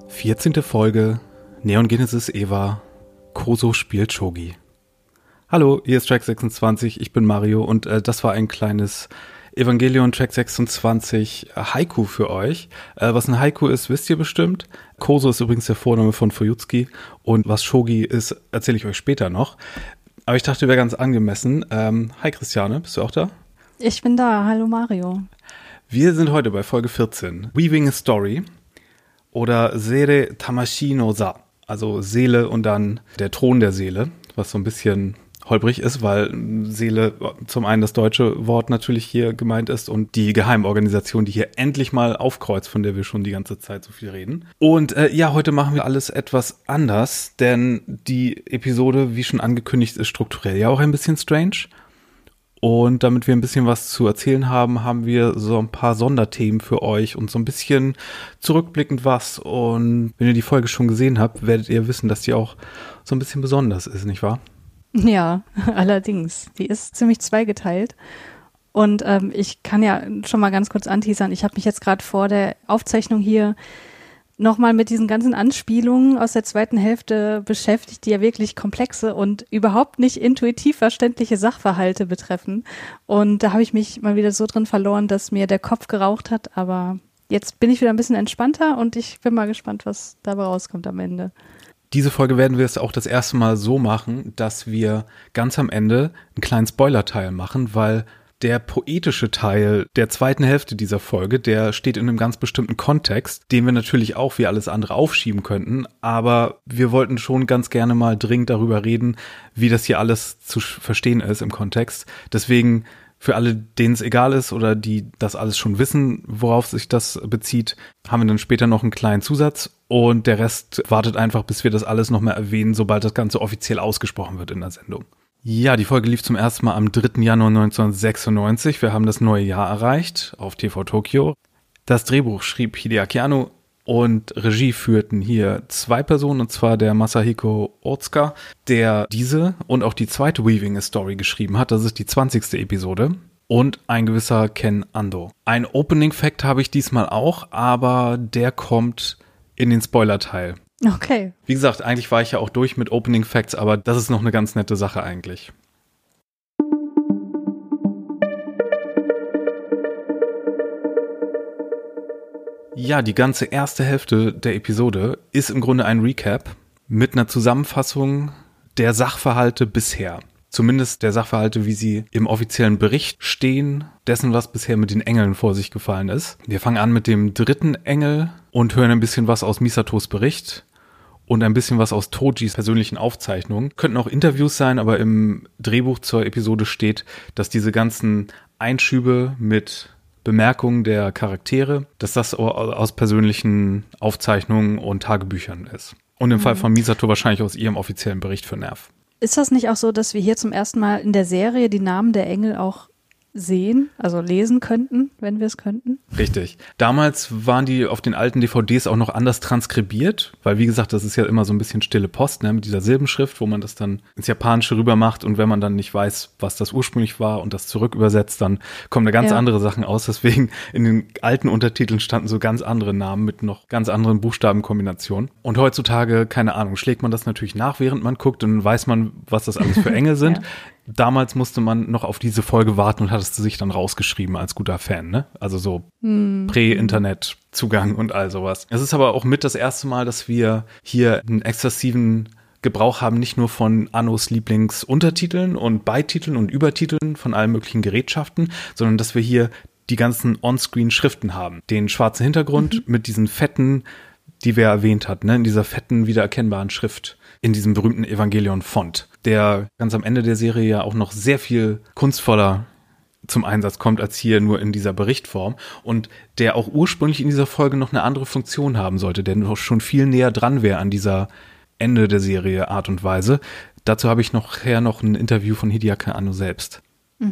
14. Folge Neon Genesis Eva Koso spielt Shogi. Hallo, hier ist Track 26, ich bin Mario und das war ein kleines Evangelion Track 26 Haiku für euch. Was ein Haiku ist, wisst ihr bestimmt. Koso ist übrigens der Vorname von Fuyutsuki und was Shogi ist, erzähle ich euch später noch. Aber ich dachte, wäre ganz angemessen. Hi Christiane, bist du auch da? Ich bin da, hallo Mario. Wir sind heute bei Folge 14, Weaving a Story oder Sere Tamashi no Sa, also Seele und dann der Thron der Seele, was so ein bisschen holprig ist, weil Seele zum einen das deutsche Wort natürlich hier gemeint ist und die Geheimorganisation, die hier endlich mal aufkreuzt, von der wir schon die ganze Zeit so viel reden. Und heute machen wir alles etwas anders, denn die Episode, wie schon angekündigt, ist strukturell ja auch ein bisschen strange. Und damit wir ein bisschen was zu erzählen haben, haben wir so ein paar Sonderthemen für euch und so ein bisschen zurückblickend was. Und wenn ihr die Folge schon gesehen habt, werdet ihr wissen, dass die auch so ein bisschen besonders ist, nicht wahr? Ja, allerdings. Die ist ziemlich zweigeteilt. Und ich kann ja schon mal ganz kurz anteasern. Ich habe mich jetzt gerade vor der Aufzeichnung hier nochmal mit diesen ganzen Anspielungen aus der zweiten Hälfte beschäftigt, die ja wirklich komplexe und überhaupt nicht intuitiv verständliche Sachverhalte betreffen. Und da habe ich mich mal wieder so drin verloren, dass mir der Kopf geraucht hat. Aber jetzt bin ich wieder ein bisschen entspannter und ich bin mal gespannt, was dabei rauskommt am Ende. Diese Folge werden wir es auch das erste Mal so machen, dass wir ganz am Ende einen kleinen Spoiler-Teil machen, weil der poetische Teil der zweiten Hälfte dieser Folge, der steht in einem ganz bestimmten Kontext, den wir natürlich auch wie alles andere aufschieben könnten, aber wir wollten schon ganz gerne mal dringend darüber reden, wie das hier alles zu verstehen ist im Kontext. Deswegen für alle, denen es egal ist oder die das alles schon wissen, worauf sich das bezieht, haben wir dann später noch einen kleinen Zusatz und der Rest wartet einfach, bis wir das alles nochmal erwähnen, sobald das Ganze offiziell ausgesprochen wird in der Sendung. Ja, die Folge lief zum ersten Mal am 3. Januar 1996. Wir haben das neue Jahr erreicht auf TV Tokyo. Das Drehbuch schrieb Hideaki Anno und Regie führten hier zwei Personen, und zwar der Masahiko Otsuka, der diese und auch die zweite Weaving a Story geschrieben hat. Das ist die 20. Episode. Und ein gewisser Ken Ando. Ein Opening-Fact habe ich diesmal auch, aber der kommt in den Spoiler-Teil. Okay. Wie gesagt, eigentlich war ich ja auch durch mit Opening Facts, aber das ist noch eine ganz nette Sache eigentlich. Ja, die ganze erste Hälfte der Episode ist im Grunde ein Recap mit einer Zusammenfassung der Sachverhalte bisher. Zumindest der Sachverhalte, wie sie im offiziellen Bericht stehen, dessen, was bisher mit den Engeln vor sich gefallen ist. Wir fangen an mit dem dritten Engel und hören ein bisschen was aus Misatos Bericht. Und ein bisschen was aus Tojis persönlichen Aufzeichnungen. Könnten auch Interviews sein, aber im Drehbuch zur Episode steht, dass diese ganzen Einschübe mit Bemerkungen der Charaktere, dass das aus persönlichen Aufzeichnungen und Tagebüchern ist. Und im Fall von Misato wahrscheinlich aus ihrem offiziellen Bericht für Nerv. Ist das nicht auch so, dass wir hier zum ersten Mal in der Serie die Namen der Engel auch sehen, also lesen könnten, wenn wir es könnten? Richtig. Damals waren die auf den alten DVDs auch noch anders transkribiert, weil wie gesagt, das ist ja immer so ein bisschen stille Post, ne, mit dieser Silbenschrift, wo man das dann ins Japanische rüber macht und wenn man dann nicht weiß, was das ursprünglich war und das zurück übersetzt, dann kommen da ganz andere Sachen aus. Deswegen in den alten Untertiteln standen so ganz andere Namen mit noch ganz anderen Buchstabenkombinationen. Und heutzutage, keine Ahnung, schlägt man das natürlich nach, während man guckt und dann weiß man, was das alles für Engel sind. Ja. Damals musste man noch auf diese Folge warten und hat es sich dann rausgeschrieben als guter Fan, ne? Also so Prä-Internet-Zugang und all sowas. Es ist aber auch mit das erste Mal, dass wir hier einen exzessiven Gebrauch haben, nicht nur von Annos Lieblingsuntertiteln und Beititeln und Übertiteln von allen möglichen Gerätschaften, sondern dass wir hier die ganzen On-Screen-Schriften haben. Den schwarzen Hintergrund mit diesen fetten, die wir erwähnt hatten, ne? In dieser fetten, wiedererkennbaren Schrift. In diesem berühmten Evangelion-Font, der ganz am Ende der Serie ja auch noch sehr viel kunstvoller zum Einsatz kommt, als hier nur in dieser Berichtform und der auch ursprünglich in dieser Folge noch eine andere Funktion haben sollte, der noch schon viel näher dran wäre an dieser Ende der Serie Art und Weise. Dazu habe ich nachher noch ein Interview von Hideaki Anno selbst.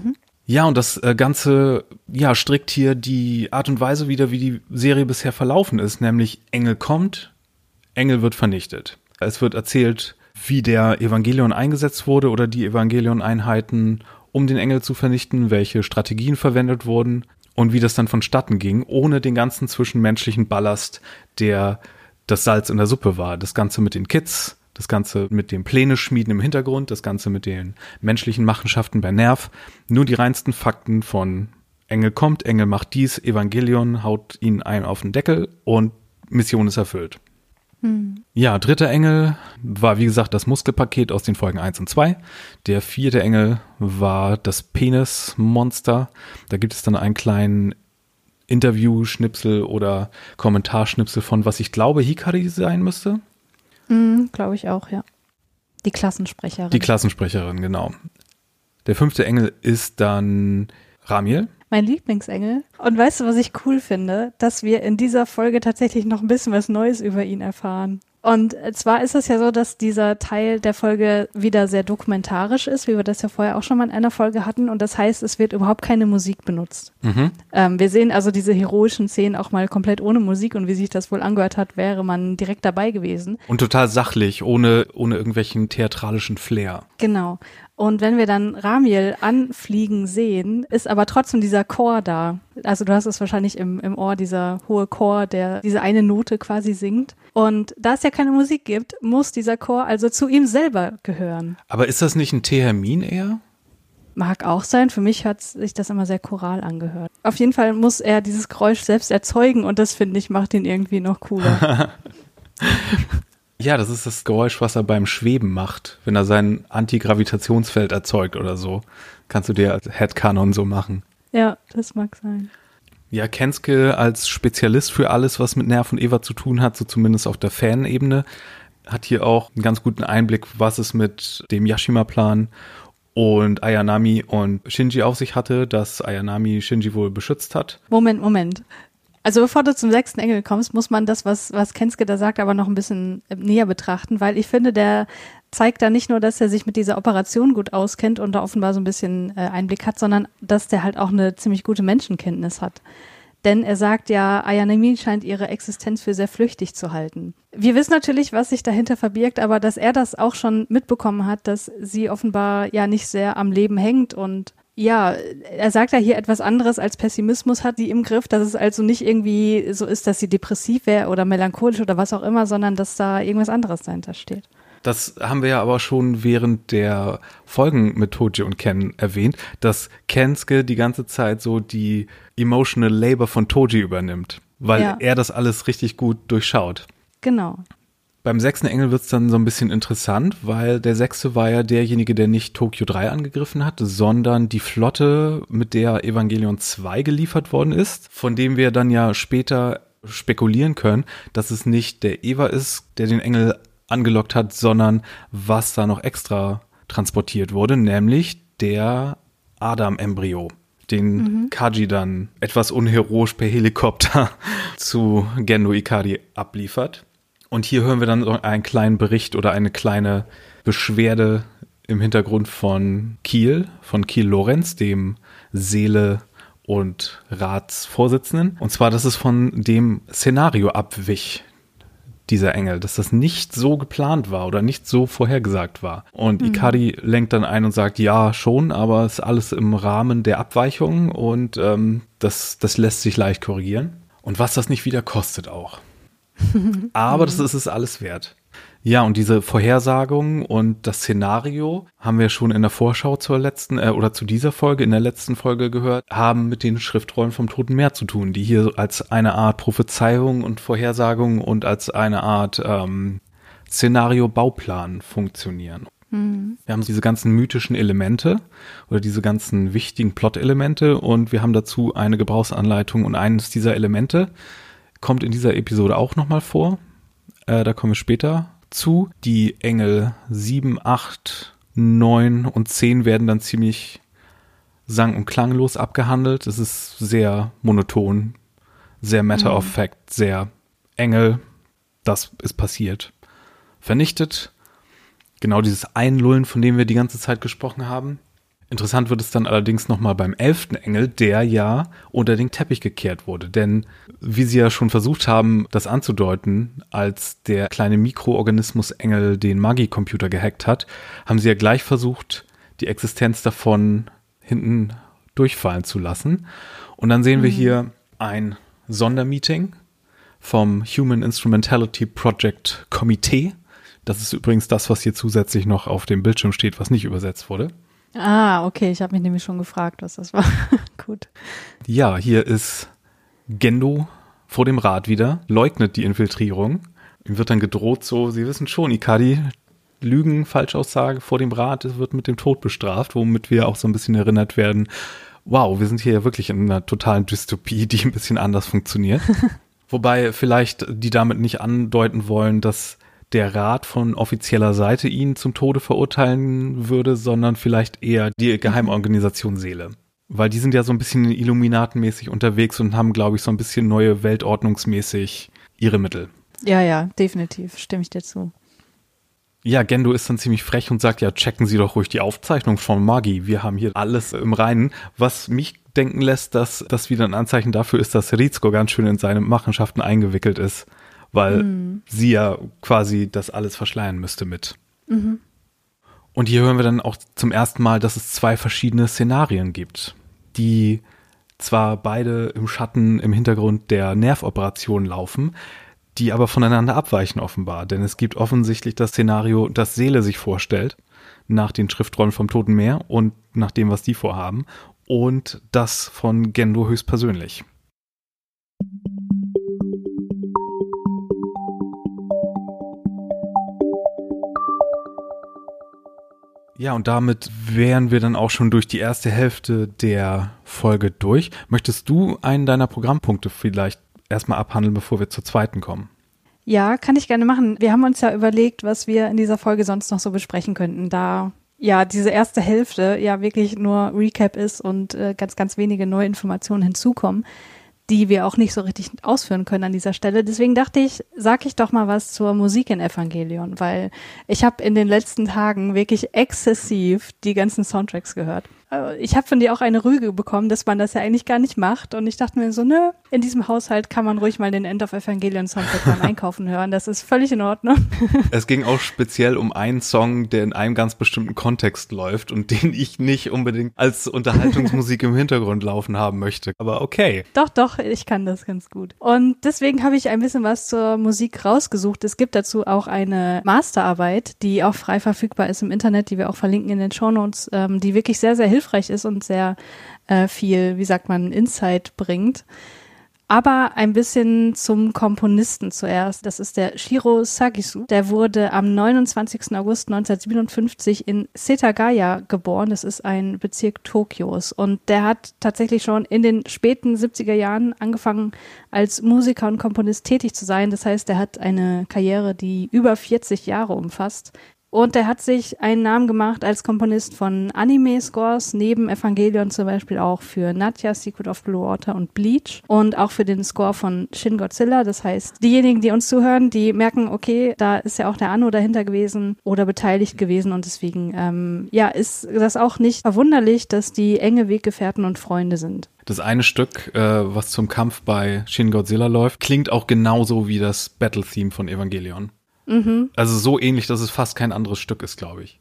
Ja, und das Ganze strickt hier die Art und Weise wieder, wie die Serie bisher verlaufen ist, nämlich Engel kommt, Engel wird vernichtet. Es wird erzählt, wie der Evangelion eingesetzt wurde oder die Evangelion-Einheiten, um den Engel zu vernichten, welche Strategien verwendet wurden und wie das dann vonstatten ging, ohne den ganzen zwischenmenschlichen Ballast, der das Salz in der Suppe war. Das Ganze mit den Kids, das Ganze mit dem Pläne-Schmieden im Hintergrund, das Ganze mit den menschlichen Machenschaften bei Nerv. Nur die reinsten Fakten von Engel kommt, Engel macht dies, Evangelion haut ihn einen auf den Deckel und Mission ist erfüllt. Ja, dritter Engel war, wie gesagt, das Muskelpaket aus den Folgen 1 und 2. Der vierte Engel war das Penismonster. Da gibt es dann einen kleinen Interview-Schnipsel oder Kommentarschnipsel von, was ich glaube, Hikari sein müsste. Glaube ich auch, ja. Die Klassensprecherin. Die Klassensprecherin, genau. Der fünfte Engel ist dann Ramiel. Mein Lieblingsengel. Und weißt du, was ich cool finde? Dass wir in dieser Folge tatsächlich noch ein bisschen was Neues über ihn erfahren. Und zwar ist es ja so, dass dieser Teil der Folge wieder sehr dokumentarisch ist, wie wir das ja vorher auch schon mal in einer Folge hatten. Und das heißt, es wird überhaupt keine Musik benutzt. Wir sehen also diese heroischen Szenen auch mal komplett ohne Musik. Und wie sich das wohl angehört hat, wäre man direkt dabei gewesen. Und total sachlich, ohne irgendwelchen theatralischen Flair. Genau. Und wenn wir dann Ramiel anfliegen sehen, ist aber trotzdem dieser Chor da. Also du hast es wahrscheinlich im Ohr, dieser hohe Chor, der diese eine Note quasi singt. Und da es ja keine Musik gibt, muss dieser Chor also zu ihm selber gehören. Aber ist das nicht ein Theremin eher? Mag auch sein. Für mich hat sich das immer sehr choral angehört. Auf jeden Fall muss er dieses Geräusch selbst erzeugen und das, finde ich, macht ihn irgendwie noch cooler. Ja, das ist das Geräusch, was er beim Schweben macht, wenn er sein Antigravitationsfeld erzeugt oder so. Kannst du dir als Headcanon so machen. Ja, das mag sein. Ja, Kensuke als Spezialist für alles, was mit Nerv und Eva zu tun hat, so zumindest auf der Fan-Ebene, hat hier auch einen ganz guten Einblick, was es mit dem Yashima-Plan und Ayanami und Shinji auf sich hatte, dass Ayanami Shinji wohl beschützt hat. Moment. Also bevor du zum 6. Engel kommst, muss man das, was Kensuke da sagt, aber noch ein bisschen näher betrachten, weil ich finde, der zeigt da nicht nur, dass er sich mit dieser Operation gut auskennt und da offenbar so ein bisschen Einblick hat, sondern dass der halt auch eine ziemlich gute Menschenkenntnis hat. Denn er sagt ja, Ayanami scheint ihre Existenz für sehr flüchtig zu halten. Wir wissen natürlich, was sich dahinter verbirgt, aber dass er das auch schon mitbekommen hat, dass sie offenbar ja nicht sehr am Leben hängt und ja, er sagt ja hier etwas anderes als Pessimismus hat die im Griff, dass es also nicht irgendwie so ist, dass sie depressiv wäre oder melancholisch oder was auch immer, sondern dass da irgendwas anderes dahinter steht. Das haben wir ja aber schon während der Folgen mit Toji und Ken erwähnt, dass Kensuke die ganze Zeit so die emotional labor von Toji übernimmt, weil er das alles richtig gut durchschaut. Genau. Beim 6. Engel wird es dann so ein bisschen interessant, weil der 6. war ja derjenige, der nicht Tokyo 3 angegriffen hat, sondern die Flotte, mit der Evangelion 2 geliefert worden ist, von dem wir dann ja später spekulieren können, dass es nicht der Eva ist, der den Engel angelockt hat, sondern was da noch extra transportiert wurde, nämlich der Adam-Embryo, den Kaji dann etwas unheroisch per Helikopter zu Gendo Ikari abliefert. Und hier hören wir dann so einen kleinen Bericht oder eine kleine Beschwerde im Hintergrund von Kiel Lorenz, dem Seele- und Ratsvorsitzenden. Und zwar, dass es von dem Szenario abwich, dieser Engel, dass das nicht so geplant war oder nicht so vorhergesagt war. Und Ikari lenkt dann ein und sagt, ja, schon, aber es ist alles im Rahmen der Abweichung und das lässt sich leicht korrigieren. Und was das nicht wieder kostet auch. Aber das ist es alles wert. Ja, und diese Vorhersagung und das Szenario haben wir schon in der Vorschau zur letzten oder zu dieser Folge, in der letzten Folge gehört, haben mit den Schriftrollen vom Toten Meer zu tun, die hier als eine Art Prophezeiung und Vorhersagung und als eine Art Szenario-Bauplan funktionieren. Wir haben diese ganzen mythischen Elemente oder diese ganzen wichtigen Plot-Elemente und wir haben dazu eine Gebrauchsanleitung und eines dieser Elemente kommt in dieser Episode auch nochmal vor. Da kommen wir später zu. Die Engel 7, 8, 9 und 10 werden dann ziemlich sang- und klanglos abgehandelt. Es ist sehr monoton, sehr matter of fact, sehr Engel. Das ist passiert. Vernichtet. Genau dieses Einlullen, von dem wir die ganze Zeit gesprochen haben. Interessant wird es dann allerdings nochmal beim 11. Engel, der ja unter den Teppich gekehrt wurde. Denn wie sie ja schon versucht haben, das anzudeuten, als der kleine Mikroorganismus-Engel den Magi-Computer gehackt hat, haben sie ja gleich versucht, die Existenz davon hinten durchfallen zu lassen. Und dann sehen wir hier ein Sondermeeting vom Human Instrumentality Project Komitee. Das ist übrigens das, was hier zusätzlich noch auf dem Bildschirm steht, was nicht übersetzt wurde. Ah, okay, ich habe mich nämlich schon gefragt, was das war. Gut. Ja, hier ist Gendo vor dem Rat wieder, leugnet die Infiltrierung. Ihm wird dann gedroht so, Sie wissen schon, Ikadi, Lügen, Falschaussage vor dem Rat, wird mit dem Tod bestraft, womit wir auch so ein bisschen erinnert werden, wow, wir sind hier ja wirklich in einer totalen Dystopie, die ein bisschen anders funktioniert. Wobei vielleicht die damit nicht andeuten wollen, dass der Rat von offizieller Seite ihn zum Tode verurteilen würde, sondern vielleicht eher die Geheimorganisation Seele. Weil die sind ja so ein bisschen illuminatenmäßig unterwegs und haben, glaube ich, so ein bisschen neue weltordnungsmäßig ihre Mittel. Ja, definitiv, stimme ich dir zu. Ja, Gendo ist dann ziemlich frech und sagt, ja, checken Sie doch ruhig die Aufzeichnung von Magi. Wir haben hier alles im Reinen, was mich denken lässt, dass das wieder ein Anzeichen dafür ist, dass Rizko ganz schön in seine Machenschaften eingewickelt ist, weil sie ja quasi das alles verschleiern müsste mit. Mhm. Und hier hören wir dann auch zum ersten Mal, dass es 2 verschiedene Szenarien gibt, die zwar beide im Schatten im Hintergrund der Nervoperation laufen, die aber voneinander abweichen offenbar. Denn es gibt offensichtlich das Szenario, das Seele sich vorstellt, nach den Schriftrollen vom Toten Meer und nach dem, was die vorhaben, und das von Gendo höchstpersönlich. Ja, und damit wären wir dann auch schon durch die erste Hälfte der Folge durch. Möchtest du einen deiner Programmpunkte vielleicht erstmal abhandeln, bevor wir zur zweiten kommen? Ja, kann ich gerne machen. Wir haben uns ja überlegt, was wir in dieser Folge sonst noch so besprechen könnten, da ja diese erste Hälfte ja wirklich nur Recap ist und ganz, ganz wenige neue Informationen hinzukommen, die wir auch nicht so richtig ausführen können an dieser Stelle. Deswegen dachte ich, sag ich doch mal was zur Musik in Evangelion, weil ich habe in den letzten Tagen wirklich exzessiv die ganzen Soundtracks gehört. Ich habe von dir auch eine Rüge bekommen, dass man das ja eigentlich gar nicht macht. Und ich dachte mir so, nö, in diesem Haushalt kann man ruhig mal den End of Evangelion Soundtrack beim Einkaufen hören. Das ist völlig in Ordnung. Es ging auch speziell um einen Song, der in einem ganz bestimmten Kontext läuft und den ich nicht unbedingt als Unterhaltungsmusik im Hintergrund laufen haben möchte. Aber okay. Doch, ich kann das ganz gut. Und deswegen habe ich ein bisschen was zur Musik rausgesucht. Es gibt dazu auch eine Masterarbeit, die auch frei verfügbar ist im Internet, die wir auch verlinken in den Shownotes, die wirklich sehr, sehr hilfreich ist und sehr viel, wie sagt man, Insight bringt. Aber ein bisschen zum Komponisten zuerst. Das ist der Shiro Sagisu. Der wurde am 29. August 1957 in Setagaya geboren. Das ist ein Bezirk Tokios. Und der hat tatsächlich schon in den späten 70er Jahren angefangen, als Musiker und Komponist tätig zu sein. Das heißt, er hat eine Karriere, die über 40 Jahre umfasst. Und er hat sich einen Namen gemacht als Komponist von Anime-Scores, neben Evangelion zum Beispiel auch für Nadia, Secret of Blue Water und Bleach und auch für den Score von Shin Godzilla. Das heißt, diejenigen, die uns zuhören, die merken, okay, da ist ja auch der Anno dahinter gewesen oder beteiligt gewesen und deswegen, ist das auch nicht verwunderlich, dass die enge Weggefährten und Freunde sind. Das eine Stück, was zum Kampf bei Shin Godzilla läuft, klingt auch genauso wie das Battle-Theme von Evangelion. Mhm. Also so ähnlich, dass es fast kein anderes Stück ist, glaube ich.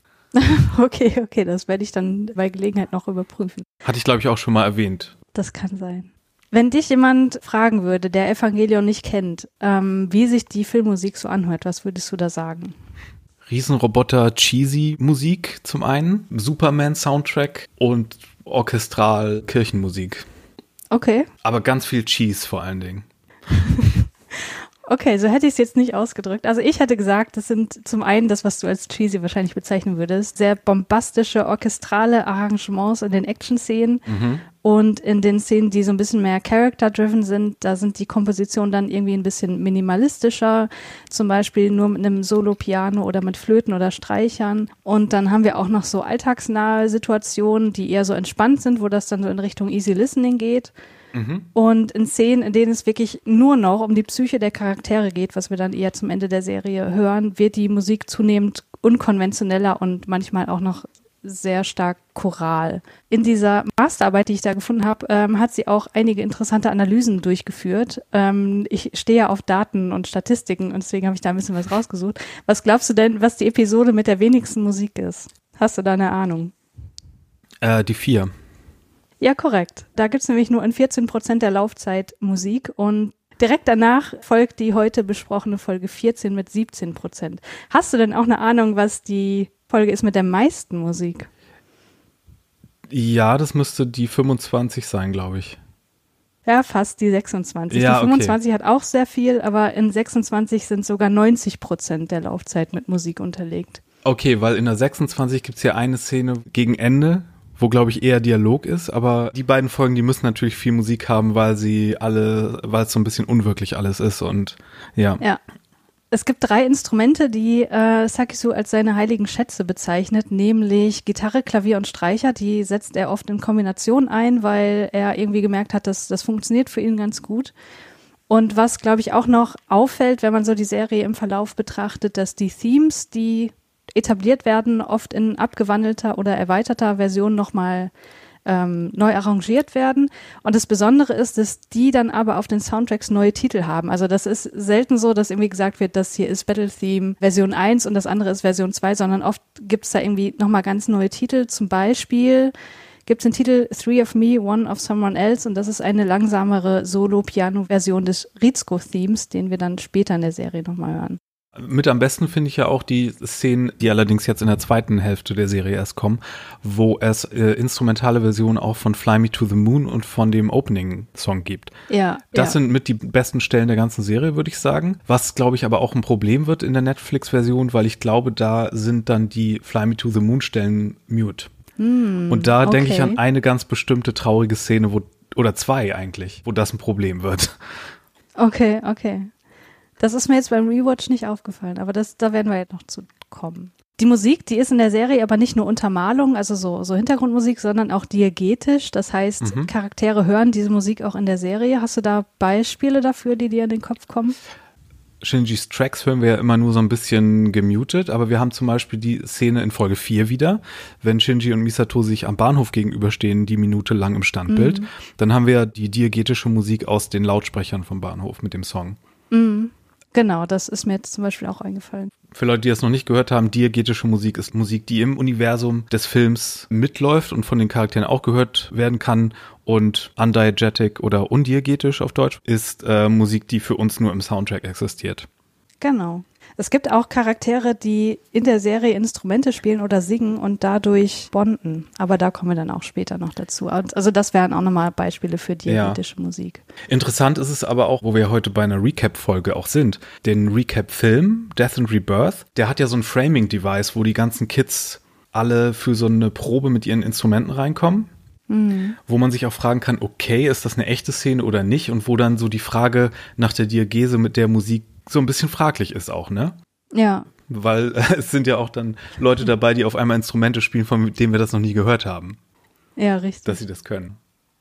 Okay, das werde ich dann bei Gelegenheit noch überprüfen. Hatte ich, glaube ich, auch schon mal erwähnt. Das kann sein. Wenn dich jemand fragen würde, der Evangelion nicht kennt, wie sich die Filmmusik so anhört, was würdest du da sagen? Riesenroboter, cheesy Musik zum einen, Superman-Soundtrack und orchestral Kirchenmusik. Okay. Aber ganz viel Cheese vor allen Dingen. Okay, so hätte ich es jetzt nicht ausgedrückt. Also ich hätte gesagt, das sind zum einen das, was du als cheesy wahrscheinlich bezeichnen würdest, sehr bombastische, orchestrale Arrangements in den Action-Szenen und in den Szenen, die so ein bisschen mehr character-driven sind, da sind die Kompositionen dann irgendwie ein bisschen minimalistischer, zum Beispiel nur mit einem Solo-Piano oder mit Flöten oder Streichern. Und dann haben wir auch noch so alltagsnahe Situationen, die eher so entspannt sind, wo das dann so in Richtung Easy Listening geht. Und in Szenen, in denen es wirklich nur noch um die Psyche der Charaktere geht, was wir dann eher zum Ende der Serie hören, wird die Musik zunehmend unkonventioneller und manchmal auch noch sehr stark choral. In dieser Masterarbeit, die ich da gefunden habe, hat sie auch einige interessante Analysen durchgeführt. Ich stehe ja auf Daten und Statistiken und deswegen habe ich da ein bisschen was rausgesucht. Was glaubst du denn, was die Episode mit der wenigsten Musik ist? Hast du da eine Ahnung? Die 4. Ja, korrekt. Da gibt's nämlich nur in 14% der Laufzeit Musik und Direkt danach folgt die heute besprochene Folge 14 mit 17%. Hast du denn auch eine Ahnung, was die Folge ist mit der meisten Musik? Ja, das müsste die 25 sein, glaube ich. Ja, fast die 26. Ja, die 25 hat auch sehr viel, aber in 26 sind sogar 90% der Laufzeit mit Musik unterlegt. Okay, weil in der 26 gibt's ja eine Szene gegen Ende, wo, glaube ich, eher Dialog ist, aber die beiden Folgen, die müssen natürlich viel Musik haben, weil es so ein bisschen unwirklich alles ist und ja. Ja. Es gibt 3 Instrumente, die Sakisu als seine heiligen Schätze bezeichnet, nämlich Gitarre, Klavier und Streicher. Die setzt er oft in Kombination ein, weil er irgendwie gemerkt hat, dass das funktioniert für ihn ganz gut. Und was, glaube ich, auch noch auffällt, wenn man so die Serie im Verlauf betrachtet, dass die Themes, die etabliert werden, oft in abgewandelter oder erweiterter Version nochmal neu arrangiert werden. Und das Besondere ist, dass die dann aber auf den Soundtracks neue Titel haben. Also das ist selten so, dass irgendwie gesagt wird, das hier ist Battle Theme Version 1 und das andere ist Version 2, sondern oft gibt es da irgendwie nochmal ganz neue Titel. Zum Beispiel gibt es den Titel Three of Me, One of Someone Else und das ist eine langsamere Solo-Piano-Version des Rizko-Themes, den wir dann später in der Serie nochmal hören. Mit am besten finde ich ja auch die Szenen, die allerdings jetzt in der zweiten Hälfte der Serie erst kommen, wo es instrumentale Versionen auch von Fly Me to the Moon und von dem Opening-Song gibt. Ja. Das sind mit die besten Stellen der ganzen Serie, würde ich sagen. Was, glaube ich, aber auch ein Problem wird in der Netflix-Version, weil ich glaube, da sind dann die Fly Me to the Moon-Stellen mute. Und da denke ich an eine ganz bestimmte traurige Szene, oder 2 eigentlich, wo das ein Problem wird. Okay. Das ist mir jetzt beim Rewatch nicht aufgefallen, aber da werden wir jetzt noch zu kommen. Die Musik, die ist in der Serie aber nicht nur Untermalung, also so Hintergrundmusik, sondern auch diegetisch. Das heißt, Charaktere hören diese Musik auch in der Serie. Hast du da Beispiele dafür, die dir in den Kopf kommen? Shinjis Tracks hören wir ja immer nur so ein bisschen gemutet, aber wir haben zum Beispiel die Szene in Folge 4 wieder, wenn Shinji und Misato sich am Bahnhof gegenüberstehen, die Minute lang im Standbild. Dann haben wir die diegetische Musik aus den Lautsprechern vom Bahnhof mit dem Song. Genau, das ist mir jetzt zum Beispiel auch eingefallen. Für Leute, die das noch nicht gehört haben, diegetische Musik ist Musik, die im Universum des Films mitläuft und von den Charakteren auch gehört werden kann. Und undiegetic oder undiegetisch auf Deutsch ist Musik, die für uns nur im Soundtrack existiert. Genau. Es gibt auch Charaktere, die in der Serie Instrumente spielen oder singen und dadurch bonden. Aber da kommen wir dann auch später noch dazu. Also das wären auch nochmal Beispiele für diegetische Musik. Interessant ist es aber auch, wo wir heute bei einer Recap-Folge auch sind. Den Recap-Film Death and Rebirth, der hat ja so ein Framing-Device, wo die ganzen Kids alle für so eine Probe mit ihren Instrumenten reinkommen. Wo man sich auch fragen kann, okay, ist das eine echte Szene oder nicht? Und wo dann so die Frage nach der Diegese mit der Musik so ein bisschen fraglich ist auch, ne? Ja. Weil es sind ja auch dann Leute dabei, die auf einmal Instrumente spielen, von denen wir das noch nie gehört haben. Ja, richtig. Dass sie das können.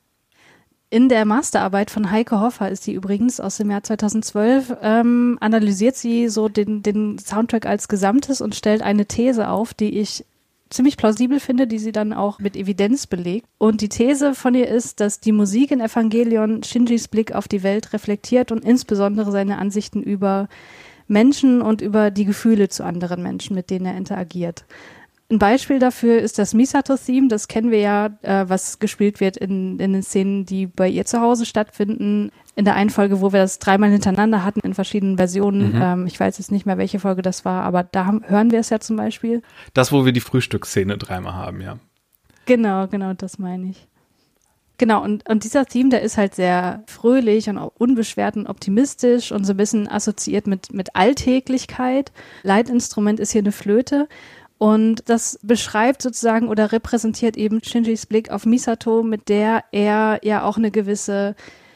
In der Masterarbeit von Heike Hoffer ist sie übrigens aus dem Jahr 2012, analysiert sie so den Soundtrack als Gesamtes und stellt eine These auf, die ich ziemlich plausibel finde, die sie dann auch mit Evidenz belegt. Und die These von ihr ist, dass die Musik in Evangelion Shinjis Blick auf die Welt reflektiert und insbesondere seine Ansichten über Menschen und über die Gefühle zu anderen Menschen, mit denen er interagiert. Ein Beispiel dafür ist das Misato-Theme, das kennen wir ja, was gespielt wird in den Szenen, die bei ihr zu Hause stattfinden. In der einen Folge, wo wir das 3-mal hintereinander hatten, in verschiedenen Versionen. Ich weiß jetzt nicht mehr, welche Folge das war, aber da hören wir es ja zum Beispiel. Das, wo wir die Frühstücksszene 3-mal haben, ja. Genau, das meine ich. Genau, und dieser Theme, der ist halt sehr fröhlich und auch unbeschwert und optimistisch und so ein bisschen assoziiert mit Alltäglichkeit. Leitinstrument ist hier eine Flöte. Und das beschreibt sozusagen oder repräsentiert eben Shinjis Blick auf Misato, mit der er ja auch eine gewisse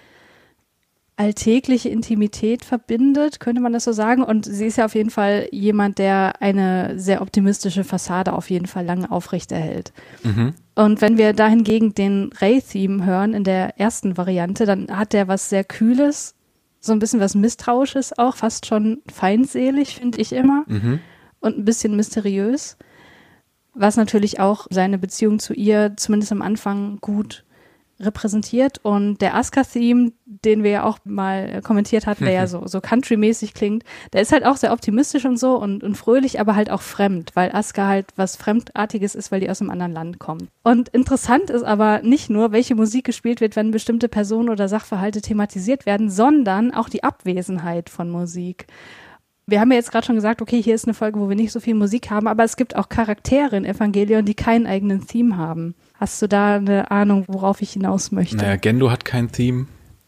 alltägliche Intimität verbindet, könnte man das so sagen. Und sie ist ja auf jeden Fall jemand, der eine sehr optimistische Fassade auf jeden Fall lange aufrechterhält. Und wenn wir dahingegen den Rei-Theme hören in der ersten Variante, dann hat der was sehr Kühles, so ein bisschen was Misstrauisches auch, fast schon feindselig, finde ich immer. Und ein bisschen mysteriös, was natürlich auch seine Beziehung zu ihr zumindest am Anfang gut repräsentiert. Und der Asuka-Theme, den wir ja auch mal kommentiert hatten, der ja so country-mäßig klingt, der ist halt auch sehr optimistisch und so und fröhlich, aber halt auch fremd, weil Asuka halt was Fremdartiges ist, weil die aus einem anderen Land kommt. Und interessant ist aber nicht nur, welche Musik gespielt wird, wenn bestimmte Personen oder Sachverhalte thematisiert werden, sondern auch die Abwesenheit von Musik. Wir haben ja jetzt gerade schon gesagt, okay, hier ist eine Folge, wo wir nicht so viel Musik haben, aber es gibt auch Charaktere in Evangelion, die keinen eigenen Theme haben. Hast du da eine Ahnung, worauf ich hinaus möchte? Naja, Gendo hat kein Theme.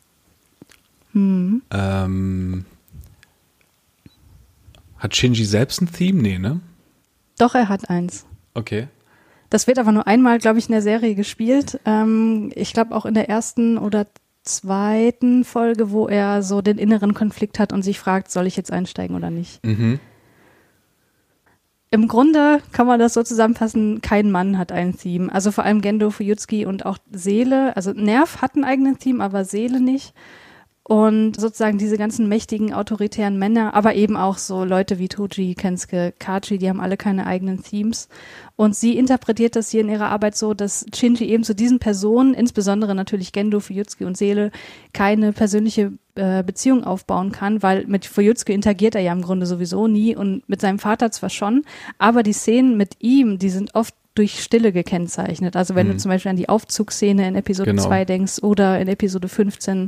Hat Shinji selbst ein Theme? Nee, ne? Doch, er hat eins. Okay. Das wird aber nur einmal, glaube ich, in der Serie gespielt. Ich glaube auch in der ersten oder zweiten Folge, wo er so den inneren Konflikt hat und sich fragt, soll ich jetzt einsteigen oder nicht? Mhm. Im Grunde kann man das so zusammenfassen, kein Mann hat ein Theme. Also vor allem Gendo, Fuyutsuki und auch Seele. Also Nerv hat ein eigenes Theme, aber Seele nicht. Und sozusagen diese ganzen mächtigen, autoritären Männer, aber eben auch so Leute wie Toji, Kensuke, Kachi, die haben alle keine eigenen Themes. Und sie interpretiert das hier in ihrer Arbeit so, dass Shinji eben zu diesen Personen, insbesondere natürlich Gendo, Fuyutsuki und Seele, keine persönliche Beziehung aufbauen kann, weil mit Fuyutsuki interagiert er ja im Grunde sowieso nie und mit seinem Vater zwar schon, aber die Szenen mit ihm, die sind oft durch Stille gekennzeichnet. Also wenn du zum Beispiel an die Aufzugsszene in Episode 2 denkst oder in Episode 15,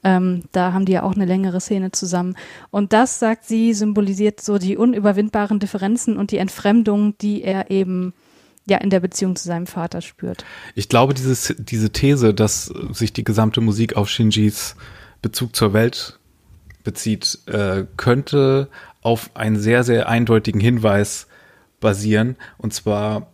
da haben die ja auch eine längere Szene zusammen. Und das, sagt sie, symbolisiert so die unüberwindbaren Differenzen und die Entfremdung, die er eben ja in der Beziehung zu seinem Vater spürt. Ich glaube, diese These, dass sich die gesamte Musik auf Shinjis Bezug zur Welt bezieht, könnte auf einen sehr, sehr eindeutigen Hinweis basieren. Und zwar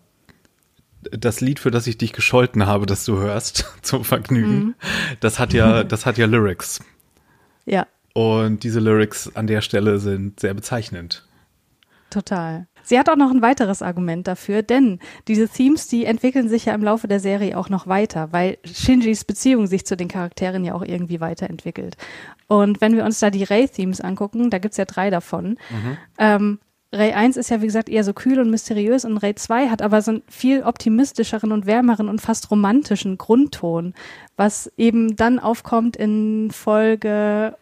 das Lied, für das ich dich gescholten habe, das du hörst, zum Vergnügen, das hat ja Lyrics. Ja. Und diese Lyrics an der Stelle sind sehr bezeichnend. Total. Sie hat auch noch ein weiteres Argument dafür, denn diese Themes, die entwickeln sich ja im Laufe der Serie auch noch weiter, weil Shinjis Beziehung sich zu den Charakteren ja auch irgendwie weiterentwickelt. Und wenn wir uns da die Rei-Themes angucken, da gibt's ja 3 davon, Rei 1 ist ja, wie gesagt, eher so kühl und mysteriös und Rei 2 hat aber so einen viel optimistischeren und wärmeren und fast romantischen Grundton, was eben dann aufkommt in Folge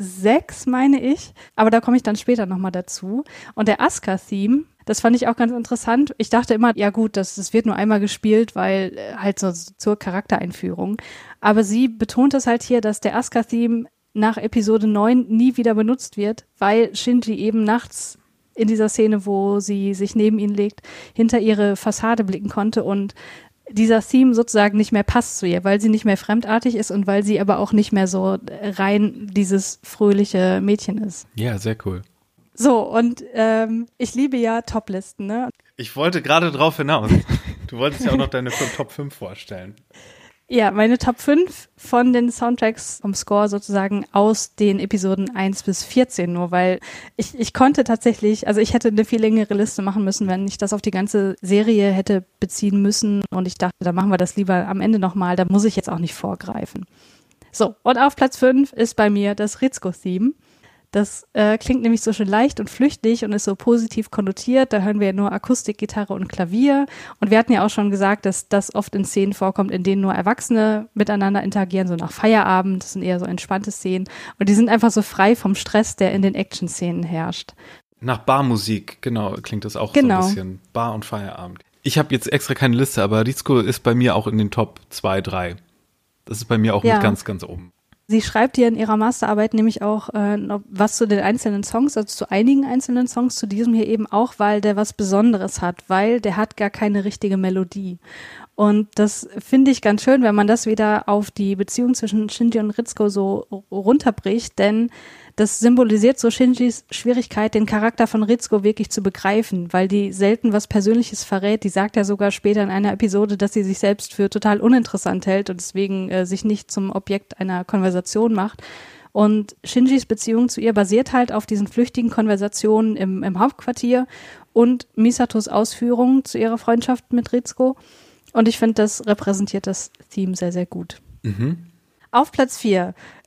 6, meine ich. Aber da komme ich dann später nochmal dazu. Und der Asuka-Theme, das fand ich auch ganz interessant. Ich dachte immer, ja gut, das wird nur einmal gespielt, weil halt so zur Charaktereinführung. Aber sie betont es halt hier, dass der Asuka-Theme nach Episode 9 nie wieder benutzt wird, weil Shinji eben nachts in dieser Szene, wo sie sich neben ihn legt, hinter ihre Fassade blicken konnte und dieser Theme sozusagen nicht mehr passt zu ihr, weil sie nicht mehr fremdartig ist und weil sie aber auch nicht mehr so rein dieses fröhliche Mädchen ist. Ja, sehr cool. So, und ich liebe ja Toplisten, ne? Ich wollte gerade drauf hinaus. Du wolltest ja auch noch deine Top 5 vorstellen. Ja, meine Top 5 von den Soundtracks vom Score sozusagen aus den Episoden 1 bis 14 nur, weil ich konnte tatsächlich, also ich hätte eine viel längere Liste machen müssen, wenn ich das auf die ganze Serie hätte beziehen müssen und ich dachte, da machen wir das lieber am Ende nochmal, da muss ich jetzt auch nicht vorgreifen. So, und auf Platz 5 ist bei mir das Ritsuko-Theme. Das klingt nämlich so schön leicht und flüchtig und ist so positiv konnotiert. Da hören wir ja nur Akustik, Gitarre und Klavier. Und wir hatten ja auch schon gesagt, dass das oft in Szenen vorkommt, in denen nur Erwachsene miteinander interagieren, so nach Feierabend. Das sind eher so entspannte Szenen. Und die sind einfach so frei vom Stress, der in den Action-Szenen herrscht. Nach Barmusik, genau, klingt das auch genau. So ein bisschen. Bar und Feierabend. Ich habe jetzt extra keine Liste, aber Ritsuko ist bei mir auch in den Top 2, 3. Das ist bei mir auch mit ganz, ganz oben. Sie schreibt hier in ihrer Masterarbeit nämlich auch was zu den einzelnen Songs, also zu einigen einzelnen Songs, zu diesem hier eben auch, weil der was Besonderes hat, weil der hat gar keine richtige Melodie. Und das finde ich ganz schön, wenn man das wieder auf die Beziehung zwischen Shinji und Ritsuko so runterbricht, denn das symbolisiert so Shinjis Schwierigkeit, den Charakter von Ritsuko wirklich zu begreifen, weil die selten was Persönliches verrät. Die sagt ja sogar später in einer Episode, dass sie sich selbst für total uninteressant hält und deswegen sich nicht zum Objekt einer Konversation macht. Und Shinjis Beziehung zu ihr basiert halt auf diesen flüchtigen Konversationen im Hauptquartier und Misatos Ausführungen zu ihrer Freundschaft mit Ritsuko. Und ich finde, das repräsentiert das Theme sehr, sehr gut. Mhm. Auf Platz 4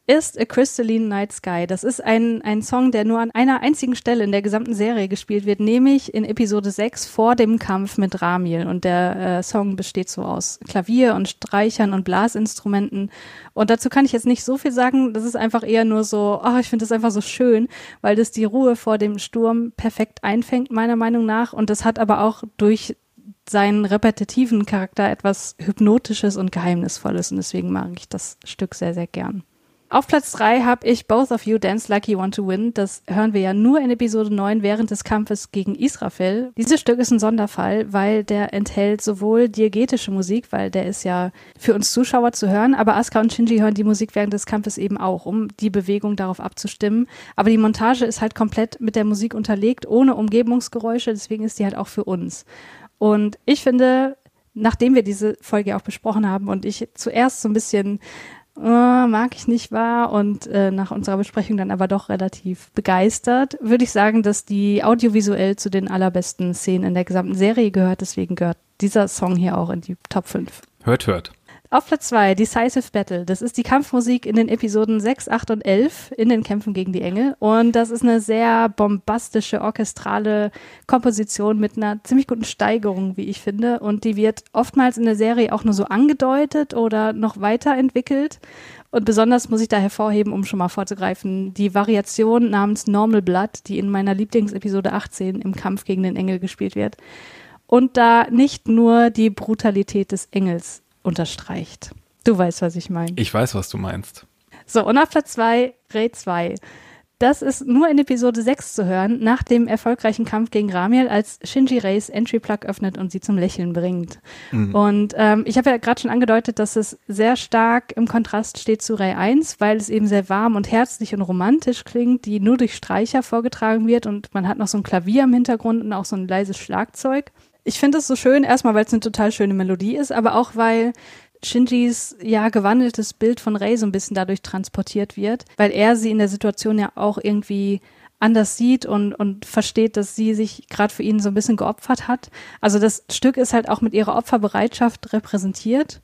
ist A Crystalline Night Sky. Das ist ein Song, der nur an einer einzigen Stelle in der gesamten Serie gespielt wird, nämlich in Episode 6 vor dem Kampf mit Ramiel. Und der Song besteht so aus Klavier und Streichern und Blasinstrumenten. Und dazu kann ich jetzt nicht so viel sagen. Das ist einfach eher nur so, ich finde das einfach so schön, weil das die Ruhe vor dem Sturm perfekt einfängt, meiner Meinung nach. Und das hat aber auch durch seinen repetitiven Charakter etwas Hypnotisches und Geheimnisvolles. Und deswegen mag ich das Stück sehr, sehr gern. Auf Platz 3 habe ich Both of You Dance Like You Want to Win. Das hören wir ja nur in Episode 9 während des Kampfes gegen Israfel. Dieses Stück ist ein Sonderfall, weil der enthält sowohl diegetische Musik, weil der ist ja für uns Zuschauer zu hören, aber Asuka und Shinji hören die Musik während des Kampfes eben auch, um die Bewegung darauf abzustimmen. Aber die Montage ist halt komplett mit der Musik unterlegt, ohne Umgebungsgeräusche, deswegen ist die halt auch für uns. Und ich finde, nachdem wir diese Folge auch besprochen haben und ich zuerst so ein bisschen mag ich nicht wahr und nach unserer Besprechung dann aber doch relativ begeistert, würde ich sagen, dass die audiovisuell zu den allerbesten Szenen in der gesamten Serie gehört. Deswegen gehört dieser Song hier auch in die Top 5. Hört. Auf Platz 2, Decisive Battle. Das ist die Kampfmusik in den Episoden 6, 8 und 11 in den Kämpfen gegen die Engel. Und das ist eine sehr bombastische, orchestrale Komposition mit einer ziemlich guten Steigerung, wie ich finde. Und die wird oftmals in der Serie auch nur so angedeutet oder noch weiterentwickelt. Und besonders muss ich da hervorheben, um schon mal vorzugreifen, die Variation namens Normal Blood, die in meiner Lieblingsepisode 18 im Kampf gegen den Engel gespielt wird. Und da nicht nur die Brutalität des Engels unterstreicht. Du weißt, was ich meine. Ich weiß, was du meinst. So, und auf Platz 2, Rey 2. Das ist nur in Episode 6 zu hören, nach dem erfolgreichen Kampf gegen Ramiel, als Shinji Reis Entry-Plug öffnet und sie zum Lächeln bringt. Mhm. Und ich habe ja gerade schon angedeutet, dass es sehr stark im Kontrast steht zu Rey 1, weil es eben sehr warm und herzlich und romantisch klingt, die nur durch Streicher vorgetragen wird und man hat noch so ein Klavier im Hintergrund und auch so ein leises Schlagzeug. Ich finde es so schön, erstmal, weil es eine total schöne Melodie ist, aber auch, weil Shinjis gewandeltes Bild von Rey so ein bisschen dadurch transportiert wird, weil er sie in der Situation ja auch irgendwie anders sieht und versteht, dass sie sich gerade für ihn so ein bisschen geopfert hat. Also das Stück ist halt auch mit ihrer Opferbereitschaft repräsentiert.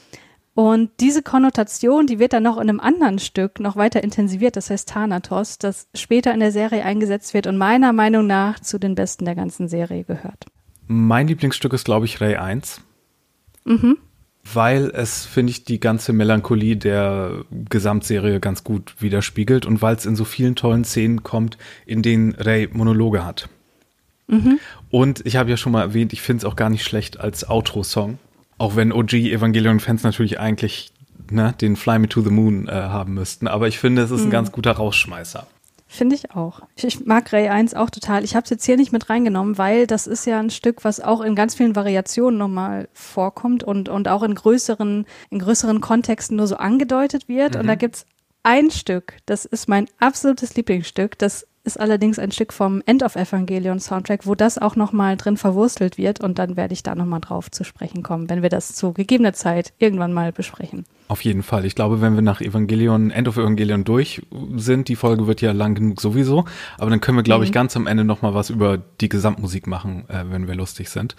Und diese Konnotation, die wird dann noch in einem anderen Stück noch weiter intensiviert, das heißt Thanatos, das später in der Serie eingesetzt wird und meiner Meinung nach zu den besten der ganzen Serie gehört. Mein Lieblingsstück ist, glaube ich, Rey 1. Mhm. Weil es, finde ich, die ganze Melancholie der Gesamtserie ganz gut widerspiegelt und weil es in so vielen tollen Szenen kommt, in denen Rey Monologe hat. Mhm. Und ich habe ja schon mal erwähnt, ich finde es auch gar nicht schlecht als Outro-Song. Auch wenn OG-Evangelion-Fans natürlich eigentlich den Fly Me to the Moon haben müssten. Aber ich finde, es ist ein ganz guter Rausschmeißer. Finde ich auch. Ich mag Rey 1 auch total. Ich habe es jetzt hier nicht mit reingenommen, weil das ist ja ein Stück, was auch in ganz vielen Variationen nochmal vorkommt und auch in größeren Kontexten nur so angedeutet wird. Und da gibt's ein Stück, das ist mein absolutes Lieblingsstück. Das ist allerdings ein Stück vom End of Evangelion Soundtrack, wo das auch nochmal drin verwurstelt wird. Und dann werde ich da nochmal drauf zu sprechen kommen, wenn wir das zu gegebener Zeit irgendwann mal besprechen. Auf jeden Fall. Ich glaube, wenn wir nach End of Evangelion durch sind, die Folge wird ja lang genug sowieso, aber dann können wir, glaube ich, ganz am Ende nochmal was über die Gesamtmusik machen, wenn wir lustig sind.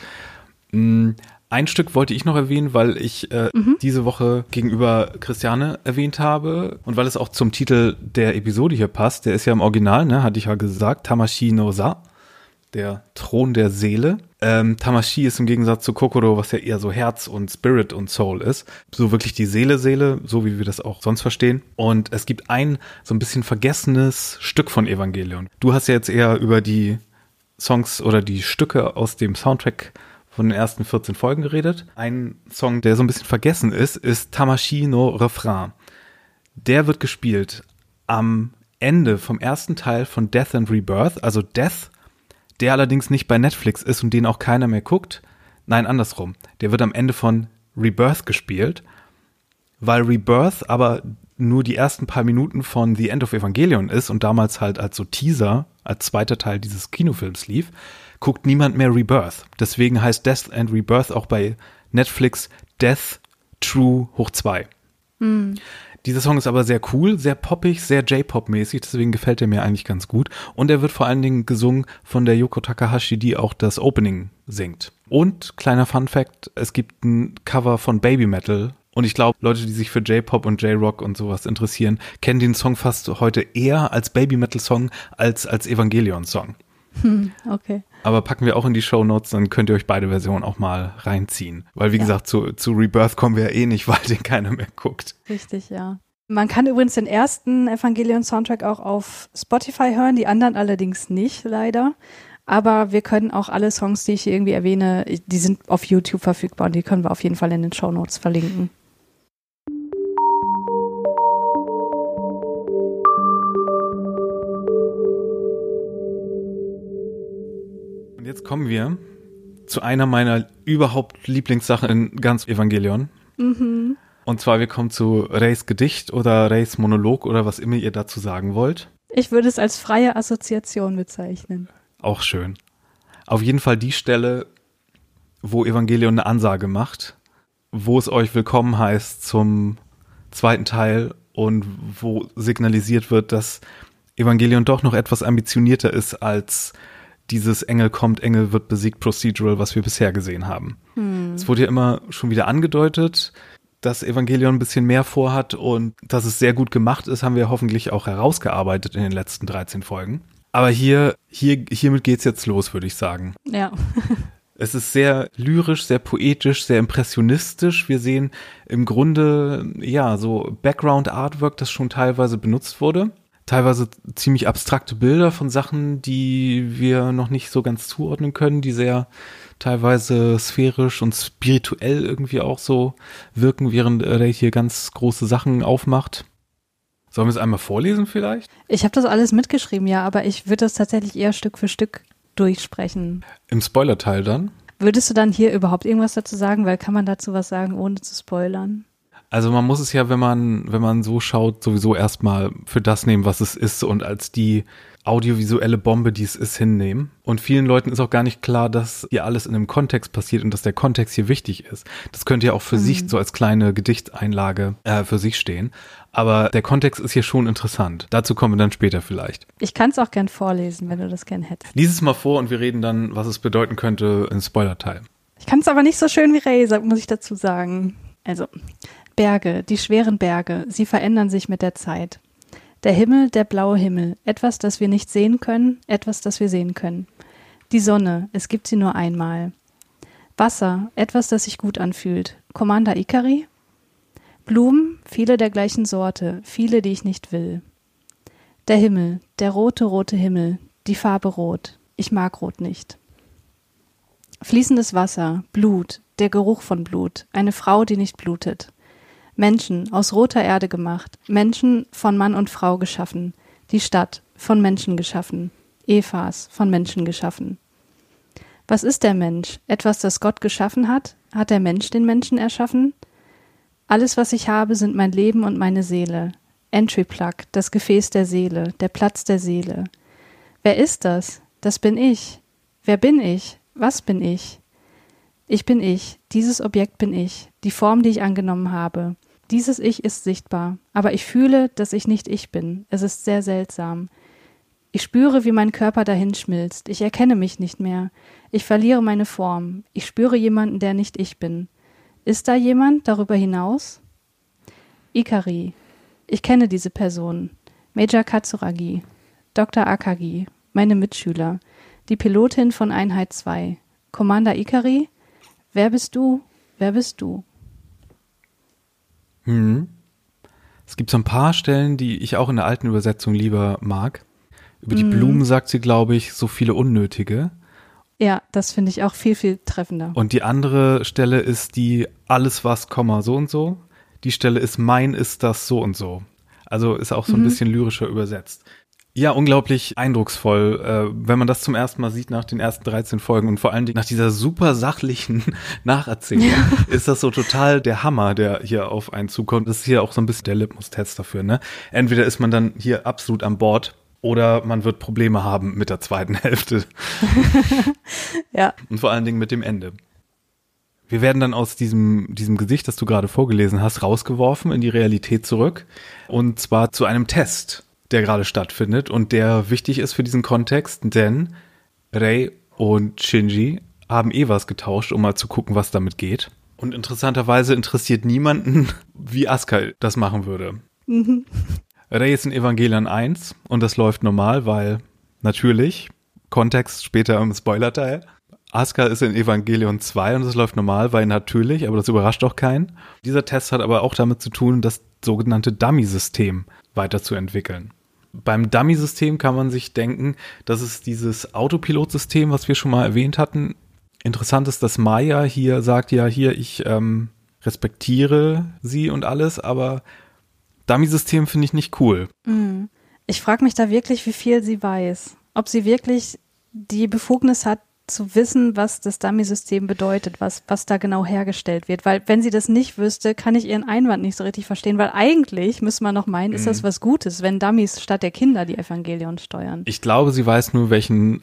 Ein Stück wollte ich noch erwähnen, weil ich diese Woche gegenüber Christiane erwähnt habe und weil es auch zum Titel der Episode hier passt. Der ist ja im Original, hatte ich ja gesagt, Tamashii no Sa, der Thron der Seele. Tamashii ist im Gegensatz zu Kokoro, was ja eher so Herz und Spirit und Soul ist, so wirklich die Seele, so wie wir das auch sonst verstehen. Und es gibt ein so ein bisschen vergessenes Stück von Evangelion. Du hast ja jetzt eher über die Songs oder die Stücke aus dem Soundtrack von den ersten 14 Folgen geredet. Ein Song, der so ein bisschen vergessen ist Tamashii no Refrain. Der wird gespielt am Ende vom ersten Teil von Death and Rebirth, also Death, der allerdings nicht bei Netflix ist und den auch keiner mehr guckt. Nein, andersrum. Der wird am Ende von Rebirth gespielt, weil Rebirth aber nur die ersten paar Minuten von The End of Evangelion ist und damals halt als so Teaser, als zweiter Teil dieses Kinofilms lief, guckt niemand mehr Rebirth. Deswegen heißt Death and Rebirth auch bei Netflix Death True hoch 2. Dieser Song ist aber sehr cool, sehr poppig, sehr J-Pop-mäßig, deswegen gefällt er mir eigentlich ganz gut. Und er wird vor allen Dingen gesungen von der Yoko Takahashi, die auch das Opening singt. Und, kleiner Fun-Fact, es gibt ein Cover von Baby Metal Und ich glaube, Leute, die sich für J-Pop und J-Rock und sowas interessieren, kennen den Song fast heute eher als Baby-Metal-Song als Evangelion-Song. Okay. Aber packen wir auch in die Shownotes, dann könnt ihr euch beide Versionen auch mal reinziehen. Weil, wie gesagt, zu Rebirth kommen wir ja eh nicht, weil den keiner mehr guckt. Richtig, ja. Man kann übrigens den ersten Evangelion-Soundtrack auch auf Spotify hören, die anderen allerdings nicht, leider. Aber wir können auch alle Songs, die ich hier irgendwie erwähne, die sind auf YouTube verfügbar und die können wir auf jeden Fall in den Shownotes verlinken. Und jetzt kommen wir zu einer meiner überhaupt Lieblingssachen in ganz Evangelion. Mhm. Und zwar, wir kommen zu Reis Gedicht oder Reis Monolog oder was immer ihr dazu sagen wollt. Ich würde es als freie Assoziation bezeichnen. Auch schön. Auf jeden Fall die Stelle, wo Evangelion eine Ansage macht, wo es euch willkommen heißt zum zweiten Teil und wo signalisiert wird, dass Evangelion doch noch etwas ambitionierter ist als dieses Engel kommt, Engel wird besiegt Procedural, was wir bisher gesehen haben. Es wurde ja immer schon wieder angedeutet, dass Evangelion ein bisschen mehr vorhat und dass es sehr gut gemacht ist, haben wir hoffentlich auch herausgearbeitet in den letzten 13 Folgen. Aber hiermit geht's jetzt los, würde ich sagen. Ja. Es ist sehr lyrisch, sehr poetisch, sehr impressionistisch. Wir sehen im Grunde, ja, so Background-Artwork, das schon teilweise benutzt wurde. Teilweise ziemlich abstrakte Bilder von Sachen, die wir noch nicht so ganz zuordnen können, die sehr teilweise sphärisch und spirituell irgendwie auch so wirken, während Rei hier ganz große Sachen aufmacht. Sollen wir es einmal vorlesen vielleicht? Ich habe das alles mitgeschrieben, ja, aber ich würde das tatsächlich eher Stück für Stück durchsprechen. Im Spoilerteil dann? Würdest du dann hier überhaupt irgendwas dazu sagen? Weil kann man dazu was sagen, ohne zu spoilern? Also man muss es ja, wenn man so schaut, sowieso erstmal für das nehmen, was es ist und als die audiovisuelle Bombe, die es ist, hinnehmen. Und vielen Leuten ist auch gar nicht klar, dass hier alles in einem Kontext passiert und dass der Kontext hier wichtig ist. Das könnte ja auch für sich so als kleine Gedichteinlage für sich stehen. Aber der Kontext ist hier schon interessant. Dazu kommen wir dann später vielleicht. Ich kann es auch gern vorlesen, wenn du das gern hättest. Lies es mal vor und wir reden dann, was es bedeuten könnte im Spoilerteil. Ich kann es aber nicht so schön wie Ray, muss ich dazu sagen. Also, Berge, die schweren Berge, sie verändern sich mit der Zeit. Der Himmel, der blaue Himmel, etwas, das wir nicht sehen können, etwas, das wir sehen können. Die Sonne, es gibt sie nur einmal. Wasser, etwas, das sich gut anfühlt. Commander Ikari? Blumen, viele der gleichen Sorte, viele, die ich nicht will. Der Himmel, der rote, rote Himmel, die Farbe Rot. Ich mag Rot nicht. Fließendes Wasser, Blut, der Geruch von Blut, eine Frau, die nicht blutet. Menschen, aus roter Erde gemacht, Menschen von Mann und Frau geschaffen, die Stadt, von Menschen geschaffen, Evas, von Menschen geschaffen. Was ist der Mensch? Etwas, das Gott geschaffen hat? Hat der Mensch den Menschen erschaffen? Alles, was ich habe, sind mein Leben und meine Seele. Entry Plug, das Gefäß der Seele, der Platz der Seele. Wer ist das? Das bin ich. Wer bin ich? Was bin ich? Ich bin ich, dieses Objekt bin ich, die Form, die ich angenommen habe. Dieses Ich ist sichtbar, aber ich fühle, dass ich nicht ich bin. Es ist sehr seltsam. Ich spüre, wie mein Körper dahin schmilzt. Ich erkenne mich nicht mehr. Ich verliere meine Form. Ich spüre jemanden, der nicht ich bin. Ist da jemand darüber hinaus? Ikari. Ich kenne diese Person. Major Katsuragi. Dr. Akagi. Meine Mitschüler. Die Pilotin von Einheit 2. Commander Ikari? Wer bist du? Wer bist du? Es gibt so ein paar Stellen, die ich auch in der alten Übersetzung lieber mag. Über die Blumen sagt sie, glaube ich, so viele unnötige. Ja, das finde ich auch viel, viel treffender. Und die andere Stelle ist die alles was, Komma, so und so. Die Stelle ist mein ist das so und so. Also ist auch so ein bisschen lyrischer übersetzt. Ja, unglaublich eindrucksvoll, wenn man das zum ersten Mal sieht nach den ersten 13 Folgen und vor allen Dingen nach dieser super sachlichen Nacherzählung, ist das so total der Hammer, der hier auf einen zukommt. Das ist hier auch so ein bisschen der Litmus-Test dafür, ne? Entweder ist man dann hier absolut an Bord oder man wird Probleme haben mit der zweiten Hälfte. Ja. Und vor allen Dingen mit dem Ende. Wir werden dann aus diesem Gesicht, das du gerade vorgelesen hast, rausgeworfen in die Realität zurück. Und zwar zu einem Test, der gerade stattfindet und der wichtig ist für diesen Kontext, denn Rei und Shinji haben was getauscht, um mal zu gucken, was damit geht. Und interessanterweise interessiert niemanden, wie Asuka das machen würde. Mhm. Rey ist in Evangelion 1 und das läuft normal, weil natürlich, Kontext später im Spoilerteil, Asuka ist in Evangelion 2 und das läuft normal, weil natürlich, aber das überrascht auch keinen. Dieser Test hat aber auch damit zu tun, das sogenannte Dummy-System weiterzuentwickeln. Beim Dummy-System kann man sich denken, das ist dieses Autopilot-System, was wir schon mal erwähnt hatten. Interessant ist, dass Maya hier sagt, ja, hier, ich respektiere sie und alles, aber Dummy-System finde ich nicht cool. Ich frage mich da wirklich, wie viel sie weiß. Ob sie wirklich die Befugnis hat, zu wissen, was das Dummy-System bedeutet, was da genau hergestellt wird. Weil wenn sie das nicht wüsste, kann ich ihren Einwand nicht so richtig verstehen, weil eigentlich, müsste man noch meinen, ist das was Gutes, wenn Dummies statt der Kinder die Evangelion steuern. Ich glaube, sie weiß nur,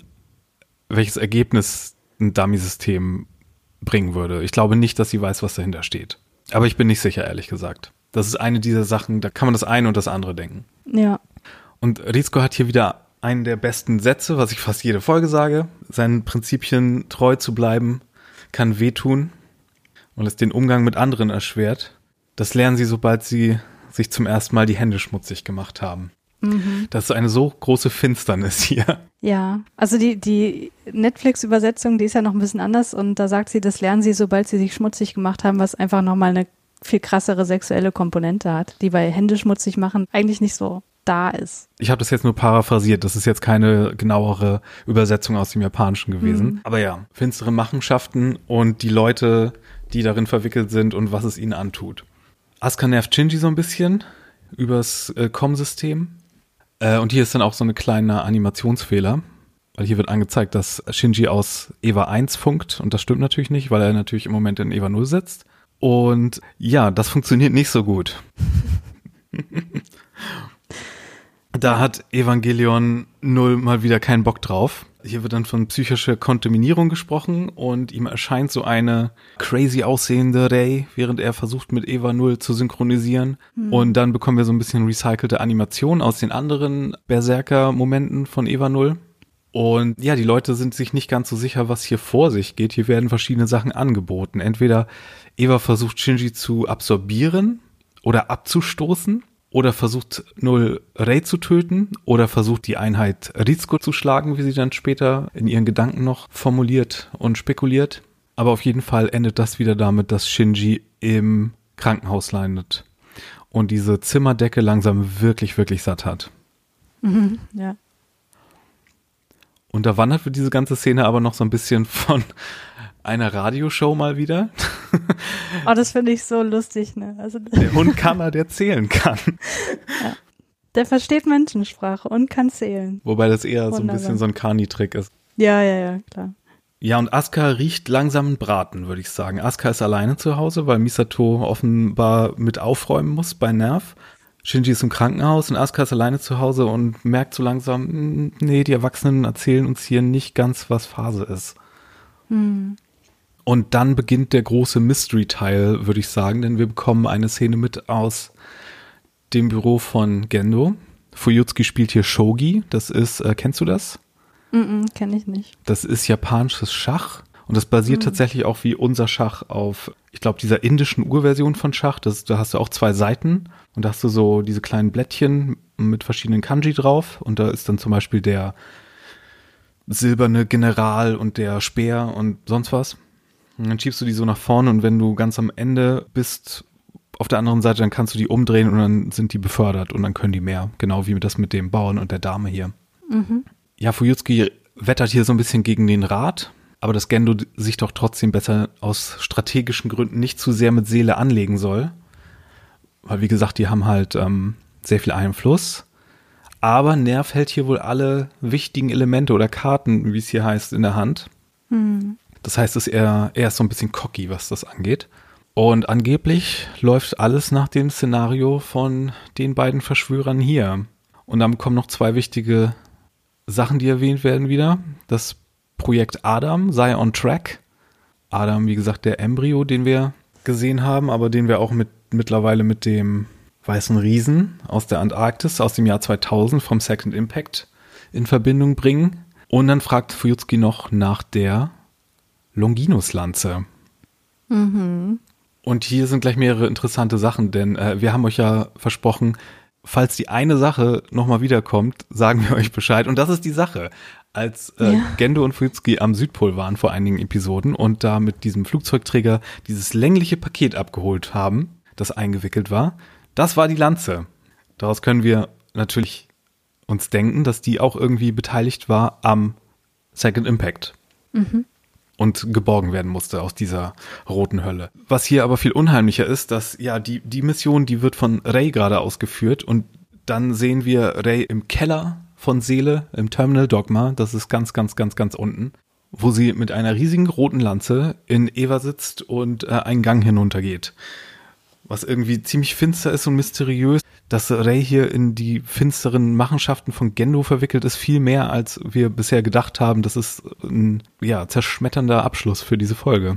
welches Ergebnis ein Dummy-System bringen würde. Ich glaube nicht, dass sie weiß, was dahinter steht. Aber ich bin nicht sicher, ehrlich gesagt. Das ist eine dieser Sachen, da kann man das eine und das andere denken. Ja. Und Rizko hat hier wieder einen der besten Sätze, was ich fast jede Folge sage. Seinen Prinzipien treu zu bleiben, kann wehtun und es den Umgang mit anderen erschwert. Das lernen sie, sobald sie sich zum ersten Mal die Hände schmutzig gemacht haben. Mhm. Das ist eine so große Finsternis hier. Ja, also die Netflix-Übersetzung, die ist ja noch ein bisschen anders und da sagt sie, das lernen sie, sobald sie sich schmutzig gemacht haben, was einfach nochmal eine viel krassere sexuelle Komponente hat, die bei Hände schmutzig machen eigentlich nicht so da ist. Ich habe das jetzt nur paraphrasiert, das ist jetzt keine genauere Übersetzung aus dem Japanischen gewesen. Aber ja, finstere Machenschaften und die Leute, die darin verwickelt sind und was es ihnen antut. Asuka nervt Shinji so ein bisschen übers Com-System. Und hier ist dann auch so eine kleine Animationsfehler, weil hier wird angezeigt, dass Shinji aus Eva 1 funkt und das stimmt natürlich nicht, weil er natürlich im Moment in Eva 0 sitzt. Und ja, das funktioniert nicht so gut. Da hat Evangelion 0 mal wieder keinen Bock drauf. Hier wird dann von psychischer Kontaminierung gesprochen und ihm erscheint so eine crazy aussehende Rey, während er versucht mit Eva 0 zu synchronisieren. Und dann bekommen wir so ein bisschen recycelte Animationen aus den anderen Berserker-Momenten von Eva 0. Und ja, die Leute sind sich nicht ganz so sicher, was hier vor sich geht. Hier werden verschiedene Sachen angeboten. Entweder Eva versucht Shinji zu absorbieren oder abzustoßen. Oder versucht 0 Rey zu töten oder versucht die Einheit Rizko zu schlagen, wie sie dann später in ihren Gedanken noch formuliert und spekuliert. Aber auf jeden Fall endet das wieder damit, dass Shinji im Krankenhaus landet und diese Zimmerdecke langsam wirklich, wirklich satt hat. Mhm, ja. Und da wandert für diese ganze Szene aber noch so ein bisschen von einer Radioshow mal wieder. Oh, das finde ich so lustig, ne? Also, der Hund kann, der zählen kann. Ja. Der versteht Menschensprache und kann zählen. Wobei das eher Wunderbar. So ein bisschen so ein Kani-Trick ist. Ja, klar. Ja, und Asuka riecht langsam einen Braten, würde ich sagen. Asuka ist alleine zu Hause, weil Misato offenbar mit aufräumen muss bei Nerv. Shinji ist im Krankenhaus und Asuka ist alleine zu Hause und merkt so langsam, nee, die Erwachsenen erzählen uns hier nicht ganz, was Phase ist. Und dann beginnt der große Mystery-Teil, würde ich sagen, denn wir bekommen eine Szene mit aus dem Büro von Gendo. Fuyutsuki spielt hier Shogi, das ist, kennst du das? Kenne ich nicht. Das ist japanisches Schach und das basiert tatsächlich auch wie unser Schach auf, ich glaube, dieser indischen Urversion von Schach. Da hast du auch 2 Seiten und da hast du so diese kleinen Blättchen mit verschiedenen Kanji drauf und da ist dann zum Beispiel der silberne General und der Speer und sonst was. Und dann schiebst du die so nach vorne und wenn du ganz am Ende bist auf der anderen Seite, dann kannst du die umdrehen und dann sind die befördert und dann können die mehr. Genau wie das mit dem Bauern und der Dame hier. Ja, Fuyutsuki wettert hier so ein bisschen gegen den Rat, aber dass Gendo sich doch trotzdem besser aus strategischen Gründen nicht zu sehr mit Seele anlegen soll. Weil wie gesagt, die haben halt sehr viel Einfluss. Aber Nerv hält hier wohl alle wichtigen Elemente oder Karten, wie es hier heißt, in der Hand. Das heißt, er ist so ein bisschen cocky, was das angeht. Und angeblich läuft alles nach dem Szenario von den beiden Verschwörern hier. Und dann kommen noch 2 wichtige Sachen, die erwähnt werden wieder. Das Projekt Adam sei on track. Adam, wie gesagt, der Embryo, den wir gesehen haben, aber den wir auch mittlerweile mit dem Weißen Riesen aus der Antarktis aus dem Jahr 2000 vom Second Impact in Verbindung bringen. Und dann fragt Fuyutsuki noch nach der Longinus-Lanze. Und hier sind gleich mehrere interessante Sachen, denn wir haben euch ja versprochen, falls die eine Sache nochmal wiederkommt, sagen wir euch Bescheid. Und das ist die Sache. Als Gendo und Fuyutsuki am Südpol waren vor einigen Episoden und da mit diesem Flugzeugträger dieses längliche Paket abgeholt haben, das eingewickelt war, das war die Lanze. Daraus können wir natürlich uns denken, dass die auch irgendwie beteiligt war am Second Impact. Und geborgen werden musste aus dieser roten Hölle. Was hier aber viel unheimlicher ist, dass ja die Mission, die wird von Rei gerade ausgeführt und dann sehen wir Rei im Keller von Seele, im Terminal Dogma, das ist ganz, ganz, ganz, ganz unten, wo sie mit einer riesigen roten Lanze in Eva sitzt und einen Gang hinuntergeht. Was irgendwie ziemlich finster ist und mysteriös, dass Rei hier in die finsteren Machenschaften von Gendo verwickelt ist, viel mehr, als wir bisher gedacht haben. Das ist ein zerschmetternder Abschluss für diese Folge.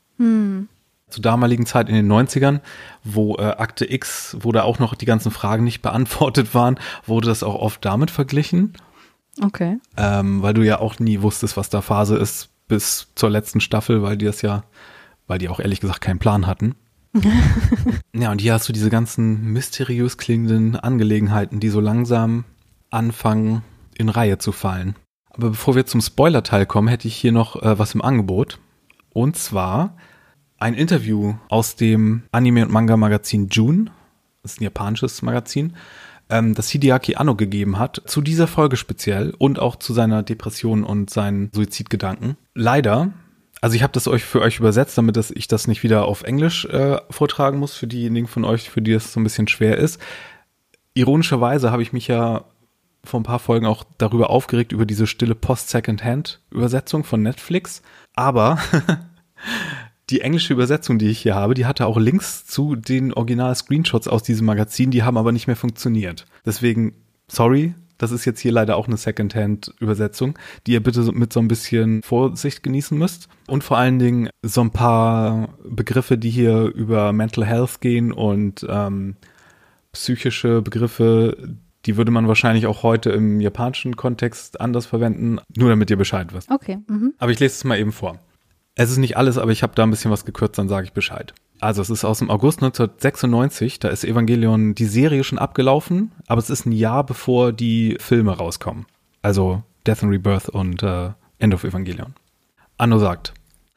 Zur damaligen Zeit in den 90ern, wo Akte X, wo da auch noch die ganzen Fragen nicht beantwortet waren, wurde das auch oft damit verglichen. Okay. Weil du ja auch nie wusstest, was da Phase ist, bis zur letzten Staffel, weil die auch ehrlich gesagt keinen Plan hatten. Ja, und hier hast du diese ganzen mysteriös klingenden Angelegenheiten, die so langsam anfangen, in Reihe zu fallen. Aber bevor wir zum Spoiler-Teil kommen, hätte ich hier noch was im Angebot. Und zwar ein Interview aus dem Anime- und Manga-Magazin June. Das ist ein japanisches Magazin, das Hideaki Anno gegeben hat, zu dieser Folge speziell und auch zu seiner Depression und seinen Suizidgedanken. Leider, also ich habe das für euch übersetzt, damit ich das nicht wieder auf Englisch vortragen muss, für diejenigen von euch, für die das so ein bisschen schwer ist. Ironischerweise habe ich mich ja vor ein paar Folgen auch darüber aufgeregt, über diese stille Post-Second-Hand-Übersetzung von Netflix. Aber die englische Übersetzung, die ich hier habe, die hatte auch Links zu den Original-Screenshots aus diesem Magazin, die haben aber nicht mehr funktioniert. Deswegen, sorry, das ist jetzt hier leider auch eine Second-Hand-Übersetzung, die ihr bitte mit so ein bisschen Vorsicht genießen müsst. Und vor allen Dingen so ein paar Begriffe, die hier über Mental Health gehen und psychische Begriffe, die würde man wahrscheinlich auch heute im japanischen Kontext anders verwenden, nur damit ihr Bescheid wisst. Okay. Aber ich lese es mal eben vor. Es ist nicht alles, aber ich habe da ein bisschen was gekürzt, dann sage ich Bescheid. Also es ist aus dem August 1996, da ist Evangelion die Serie schon abgelaufen, aber es ist ein Jahr bevor die Filme rauskommen. Also Death and Rebirth und End of Evangelion. Anno sagt: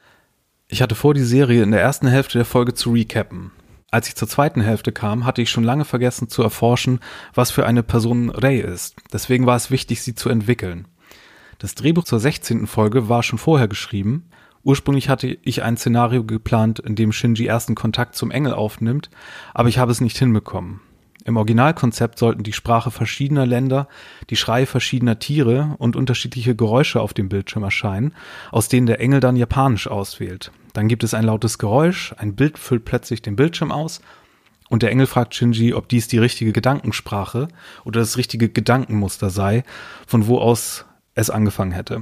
Ich hatte vor, die Serie in der ersten Hälfte der Folge zu recappen. Als ich zur zweiten Hälfte kam, hatte ich schon lange vergessen zu erforschen, was für eine Person Rei ist. Deswegen war es wichtig, sie zu entwickeln. Das Drehbuch zur 16. Folge war schon vorher geschrieben. Ursprünglich hatte ich ein Szenario geplant, in dem Shinji ersten Kontakt zum Engel aufnimmt, aber ich habe es nicht hinbekommen. Im Originalkonzept sollten die Sprache verschiedener Länder, die Schreie verschiedener Tiere und unterschiedliche Geräusche auf dem Bildschirm erscheinen, aus denen der Engel dann Japanisch auswählt. Dann gibt es ein lautes Geräusch, ein Bild füllt plötzlich den Bildschirm aus und der Engel fragt Shinji, ob dies die richtige Gedankensprache oder das richtige Gedankenmuster sei, von wo aus es angefangen hätte.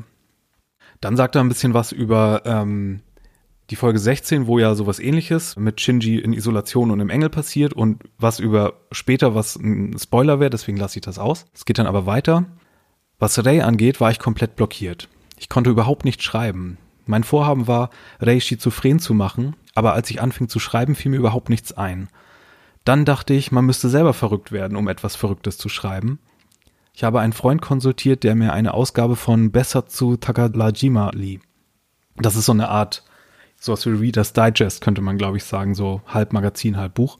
Dann sagt er ein bisschen was über die Folge 16, wo ja sowas Ähnliches mit Shinji in Isolation und im Engel passiert und was über später, was ein Spoiler wäre, deswegen lasse ich das aus. Es geht dann aber weiter. Was Rei angeht, war ich komplett blockiert. Ich konnte überhaupt nicht schreiben. Mein Vorhaben war, Rei schizophren zu machen, aber als ich anfing zu schreiben, fiel mir überhaupt nichts ein. Dann dachte ich, man müsste selber verrückt werden, um etwas Verrücktes zu schreiben. Ich habe einen Freund konsultiert, der mir eine Ausgabe von Bessatsu Takarajima lieh. Das ist so eine Art, sowas wie Reader's Digest, könnte man glaube ich sagen, so halb Magazin, halb Buch.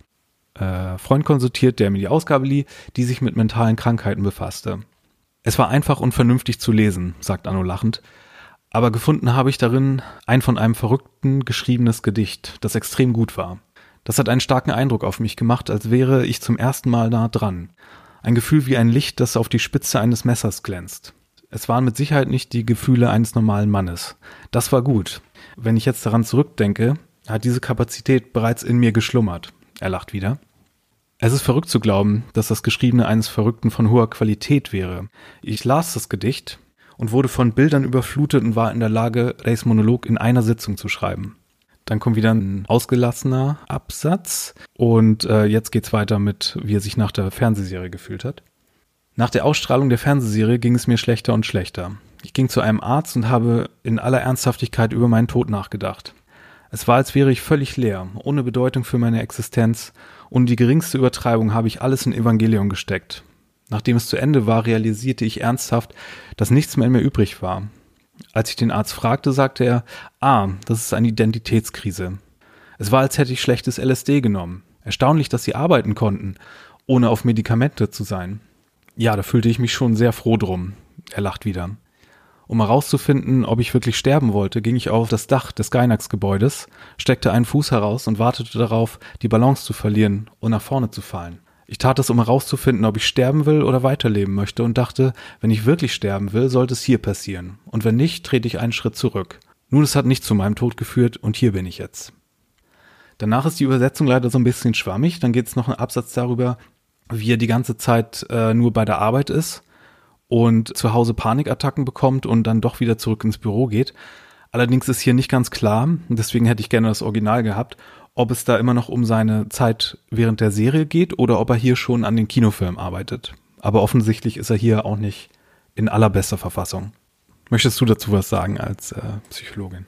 Freund konsultiert, der mir die Ausgabe lieh, die sich mit mentalen Krankheiten befasste. Es war einfach und vernünftig zu lesen, sagt Anno lachend. Aber gefunden habe ich darin ein von einem Verrückten geschriebenes Gedicht, das extrem gut war. Das hat einen starken Eindruck auf mich gemacht, als wäre ich zum ersten Mal nah dran. Ein Gefühl wie ein Licht, das auf die Spitze eines Messers glänzt. Es waren mit Sicherheit nicht die Gefühle eines normalen Mannes. Das war gut. Wenn ich jetzt daran zurückdenke, hat diese Kapazität bereits in mir geschlummert. Er lacht wieder. Es ist verrückt zu glauben, dass das Geschriebene eines Verrückten von hoher Qualität wäre. Ich las das Gedicht und wurde von Bildern überflutet und war in der Lage, Reis Monolog in einer Sitzung zu schreiben. Dann kommt wieder ein ausgelassener Absatz und jetzt geht's weiter mit, wie er sich nach der Fernsehserie gefühlt hat. Nach der Ausstrahlung der Fernsehserie ging es mir schlechter und schlechter. Ich ging zu einem Arzt und habe in aller Ernsthaftigkeit über meinen Tod nachgedacht. Es war, als wäre ich völlig leer, ohne Bedeutung für meine Existenz. Ohne die geringste Übertreibung habe ich alles in Evangelion gesteckt. Nachdem es zu Ende war, realisierte ich ernsthaft, dass nichts mehr in mir übrig war. Als ich den Arzt fragte, sagte er, das ist eine Identitätskrise. Es war, als hätte ich schlechtes LSD genommen. Erstaunlich, dass Sie arbeiten konnten, ohne auf Medikamente zu sein. Ja, da fühlte ich mich schon sehr froh drum. Er lacht wieder. Um herauszufinden, ob ich wirklich sterben wollte, ging ich auf das Dach des Gainax-Gebäudes, steckte einen Fuß heraus und wartete darauf, die Balance zu verlieren und nach vorne zu fallen. Ich tat es, um herauszufinden, ob ich sterben will oder weiterleben möchte und dachte, wenn ich wirklich sterben will, sollte es hier passieren. Und wenn nicht, trete ich einen Schritt zurück. Nun, es hat nicht zu meinem Tod geführt und hier bin ich jetzt. Danach ist die Übersetzung leider so ein bisschen schwammig. Dann geht es noch einen Absatz darüber, wie er die ganze Zeit nur bei der Arbeit ist und zu Hause Panikattacken bekommt und dann doch wieder zurück ins Büro geht. Allerdings ist hier nicht ganz klar, deswegen hätte ich gerne das Original gehabt, ob es da immer noch um seine Zeit während der Serie geht oder ob er hier schon an den Kinofilm arbeitet. Aber offensichtlich ist er hier auch nicht in allerbester Verfassung. Möchtest du dazu was sagen als Psychologin?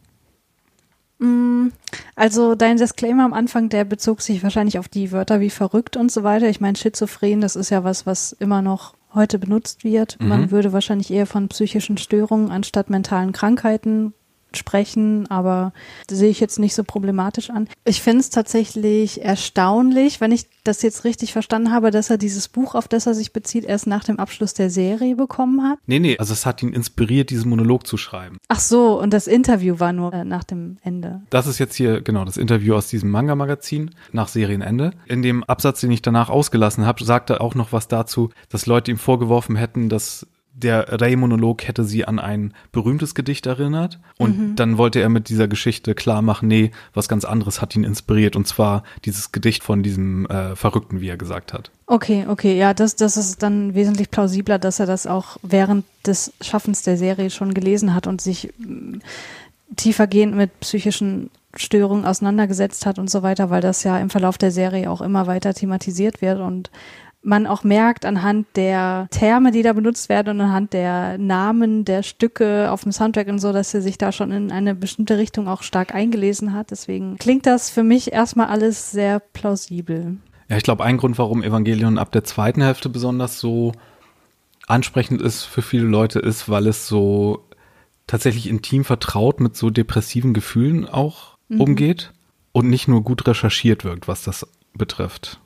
Also dein Disclaimer am Anfang, der bezog sich wahrscheinlich auf die Wörter wie verrückt und so weiter. Ich meine, schizophren, das ist ja was immer noch heute benutzt wird. Man würde wahrscheinlich eher von psychischen Störungen anstatt mentalen Krankheiten sprechen, aber das sehe ich jetzt nicht so problematisch an. Ich finde es tatsächlich erstaunlich, wenn ich das jetzt richtig verstanden habe, dass er dieses Buch, auf das er sich bezieht, erst nach dem Abschluss der Serie bekommen hat. Nee, also es hat ihn inspiriert, diesen Monolog zu schreiben. Ach so, und das Interview war nur nach dem Ende. Das ist jetzt hier genau das Interview aus diesem Manga-Magazin nach Serienende. In dem Absatz, den ich danach ausgelassen habe, sagt er auch noch was dazu, dass Leute ihm vorgeworfen hätten, dass der Rei-Monolog hätte sie an ein berühmtes Gedicht erinnert und dann wollte er mit dieser Geschichte klar machen, nee, was ganz anderes hat ihn inspiriert und zwar dieses Gedicht von diesem Verrückten, wie er gesagt hat. Okay, ja, das ist dann wesentlich plausibler, dass er das auch während des Schaffens der Serie schon gelesen hat und sich tiefergehend mit psychischen Störungen auseinandergesetzt hat und so weiter, weil das ja im Verlauf der Serie auch immer weiter thematisiert wird und man auch merkt anhand der Terme, die da benutzt werden und anhand der Namen der Stücke auf dem Soundtrack und so, dass er sich da schon in eine bestimmte Richtung auch stark eingelesen hat. Deswegen klingt das für mich erstmal alles sehr plausibel. Ja, ich glaube, ein Grund, warum Evangelion ab der zweiten Hälfte besonders so ansprechend ist für viele Leute, ist, weil es so tatsächlich intim vertraut mit so depressiven Gefühlen auch umgeht und nicht nur gut recherchiert wirkt, was das betrifft.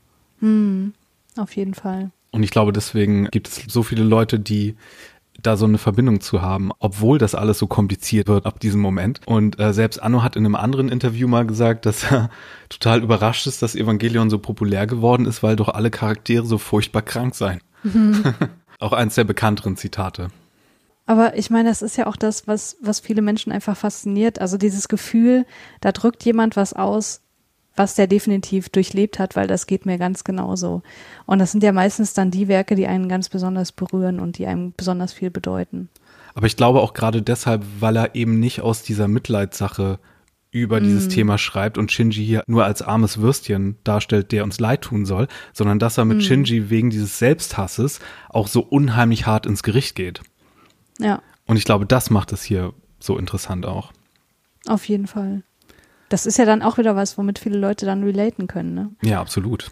Auf jeden Fall. Und ich glaube, deswegen gibt es so viele Leute, die da so eine Verbindung zu haben, obwohl das alles so kompliziert wird ab diesem Moment. Und selbst Anno hat in einem anderen Interview mal gesagt, dass er total überrascht ist, dass Evangelion so populär geworden ist, weil doch alle Charaktere so furchtbar krank seien. Auch eins der bekannteren Zitate. Aber ich meine, das ist ja auch das, was viele Menschen einfach fasziniert. Also dieses Gefühl, da drückt jemand was aus, was der definitiv durchlebt hat, weil das geht mir ganz genauso. Und das sind ja meistens dann die Werke, die einen ganz besonders berühren und die einem besonders viel bedeuten. Aber ich glaube auch gerade deshalb, weil er eben nicht aus dieser Mitleidssache über dieses Thema schreibt und Shinji hier nur als armes Würstchen darstellt, der uns leid tun soll, sondern dass er mit Shinji wegen dieses Selbsthasses auch so unheimlich hart ins Gericht geht. Ja. Und ich glaube, das macht es hier so interessant auch. Auf jeden Fall. Das ist ja dann auch wieder was, womit viele Leute dann relaten können, ne? Ja, absolut.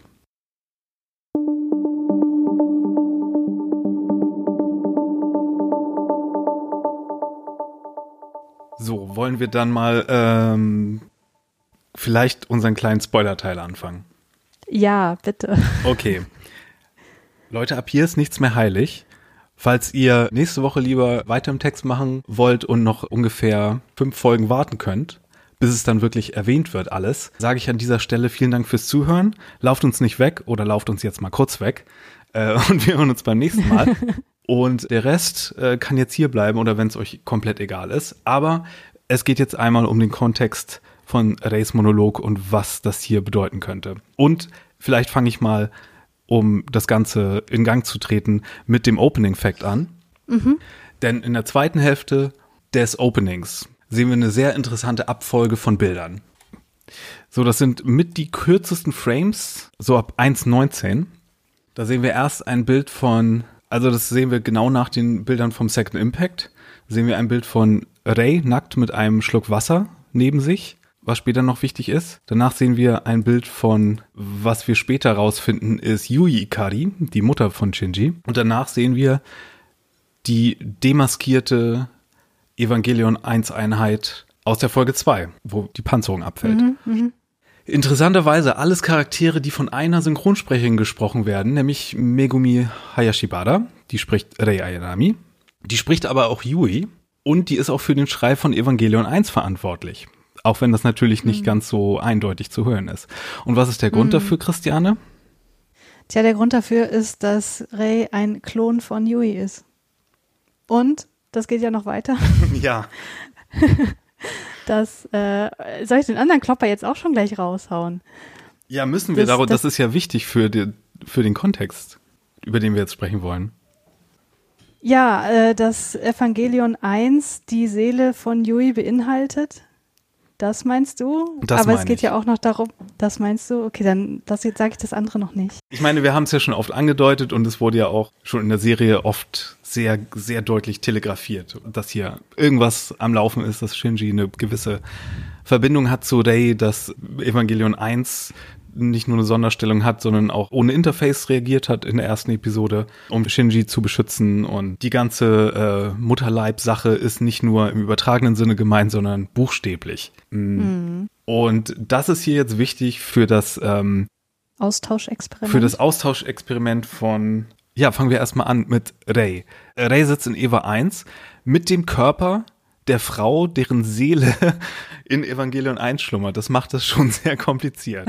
So, wollen wir dann mal vielleicht unseren kleinen Spoiler-Teil anfangen? Ja, bitte. Okay. Leute, ab hier ist nichts mehr heilig. Falls ihr nächste Woche lieber weiter im Text machen wollt und noch ungefähr 5 Folgen warten könnt, bis es dann wirklich erwähnt wird alles, sage ich an dieser Stelle vielen Dank fürs Zuhören. Lauft uns nicht weg oder lauft uns jetzt mal kurz weg und wir hören uns beim nächsten Mal. Und der Rest kann jetzt hier bleiben oder wenn es euch komplett egal ist. Aber es geht jetzt einmal um den Kontext von Reis Monolog und was das hier bedeuten könnte. Und vielleicht fange ich mal, um das Ganze in Gang zu treten, mit dem Opening Fact an. Denn in der zweiten Hälfte des Openings sehen wir eine sehr interessante Abfolge von Bildern. So, das sind mit die kürzesten Frames, so ab 1,19. Da sehen wir erst ein Bild von, also das sehen wir genau nach den Bildern vom Second Impact, sehen wir ein Bild von Rei nackt mit einem Schluck Wasser neben sich. was später noch wichtig ist. Danach sehen wir ein Bild von, was wir später rausfinden, ist Yui Ikari, die Mutter von Shinji. Und danach sehen wir die demaskierte Evangelion 1 Einheit aus der Folge 2, wo die Panzerung abfällt. Interessanterweise alles Charaktere, die von einer Synchronsprecherin gesprochen werden, nämlich Megumi Hayashibara, die spricht Rei Ayanami, die spricht aber auch Yui und die ist auch für den Schrei von Evangelion 1 verantwortlich. Auch wenn das natürlich nicht ganz so eindeutig zu hören ist. Und was ist der Grund dafür, Christiane? Tja, der Grund dafür ist, dass Rei ein Klon von Yui ist. Und, das geht ja noch weiter. Ja. Soll ich den anderen Klopper jetzt auch schon gleich raushauen? Ja, müssen wir. Das ist ja wichtig für den Kontext, über den wir jetzt sprechen wollen. Ja, dass Evangelion 1 die Seele von Yui beinhaltet. Das meinst du? Aber es geht ja auch noch darum, das meinst du? Okay, dann sage ich das andere noch nicht. Ich meine, wir haben es ja schon oft angedeutet und es wurde ja auch schon in der Serie oft sehr, sehr deutlich telegrafiert, dass hier irgendwas am Laufen ist, dass Shinji eine gewisse Verbindung hat zu Rei, dass Evangelion 1 nicht nur eine Sonderstellung hat, sondern auch ohne Interface reagiert hat in der ersten Episode, um Shinji zu beschützen. Und die ganze Mutterleib-Sache ist nicht nur im übertragenen Sinne gemeint, sondern buchstäblich. Und das ist hier jetzt wichtig für das Austauschexperiment. Für das Austauschexperiment von, ja, fangen wir erstmal an mit Rei. Rei sitzt in Eva 1 mit dem Körper der Frau, deren Seele in Evangelion 1 schlummert. Das macht das schon sehr kompliziert.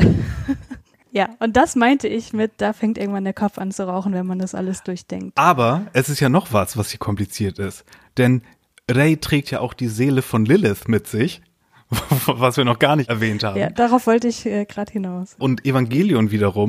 Ja, und das meinte ich mit, da fängt irgendwann der Kopf an zu rauchen, wenn man das alles durchdenkt. Aber es ist ja noch was hier kompliziert ist. Denn Rei trägt ja auch die Seele von Lilith mit sich, was wir noch gar nicht erwähnt haben. Ja, darauf wollte ich gerade hinaus. Und Evangelion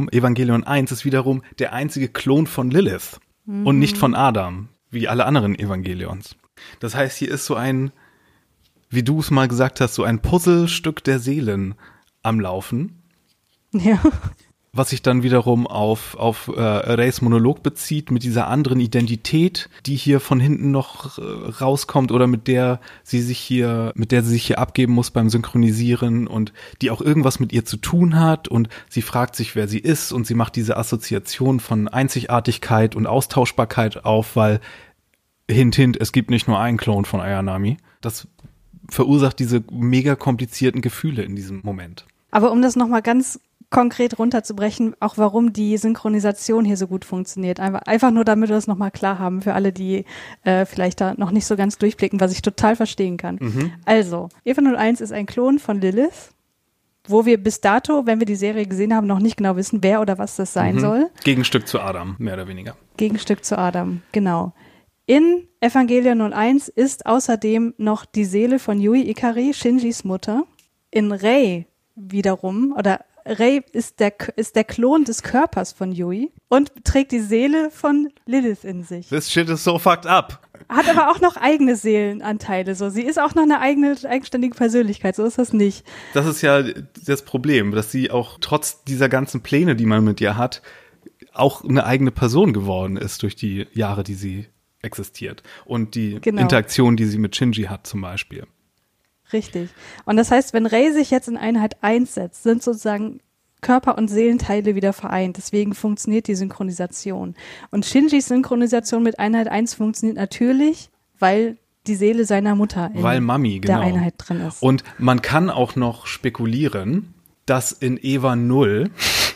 1 ist wiederum der einzige Klon von Lilith und nicht von Adam, wie alle anderen Evangelions. Das heißt, hier ist so ein, wie du es mal gesagt hast, so ein Puzzlestück der Seelen am Laufen. Ja. Was sich dann wiederum auf Reis Monolog bezieht, mit dieser anderen Identität, die hier von hinten noch rauskommt oder mit der sie sich hier abgeben muss beim Synchronisieren und die auch irgendwas mit ihr zu tun hat und sie fragt sich, wer sie ist und sie macht diese Assoziation von Einzigartigkeit und Austauschbarkeit auf, weil Hint, es gibt nicht nur einen Klon von Ayanami. Das verursacht diese mega komplizierten Gefühle in diesem Moment. Aber um das nochmal ganz konkret runterzubrechen, auch warum die Synchronisation hier so gut funktioniert. Einfach nur, damit wir das nochmal klar haben für alle, die vielleicht da noch nicht so ganz durchblicken, was ich total verstehen kann. Also, Eva 01 ist ein Klon von Lilith, wo wir bis dato, wenn wir die Serie gesehen haben, noch nicht genau wissen, wer oder was das sein soll. Gegenstück zu Adam, mehr oder weniger. Gegenstück zu Adam, genau. In Evangelion 01 ist außerdem noch die Seele von Yui Ikari, Shinjis Mutter. In Rei wiederum, oder Rei ist der Klon des Körpers von Yui und trägt die Seele von Lilith in sich. This shit is so fucked up. Hat aber auch noch eigene Seelenanteile, so. Sie ist auch noch eine eigenständige Persönlichkeit, so ist das nicht. Das ist ja das Problem, dass sie auch trotz dieser ganzen Pläne, die man mit ihr hat, auch eine eigene Person geworden ist durch die Jahre, die sie existiert und die Interaktion, die sie mit Shinji hat zum Beispiel. Richtig. Und das heißt, wenn Rei sich jetzt in Einheit 1 setzt, sind sozusagen Körper- und Seelenteile wieder vereint. Deswegen funktioniert die Synchronisation. Und Shinjis Synchronisation mit Einheit 1 funktioniert natürlich, weil die Seele seiner Mutter in der Einheit drin ist. Und man kann auch noch spekulieren, dass in Eva 0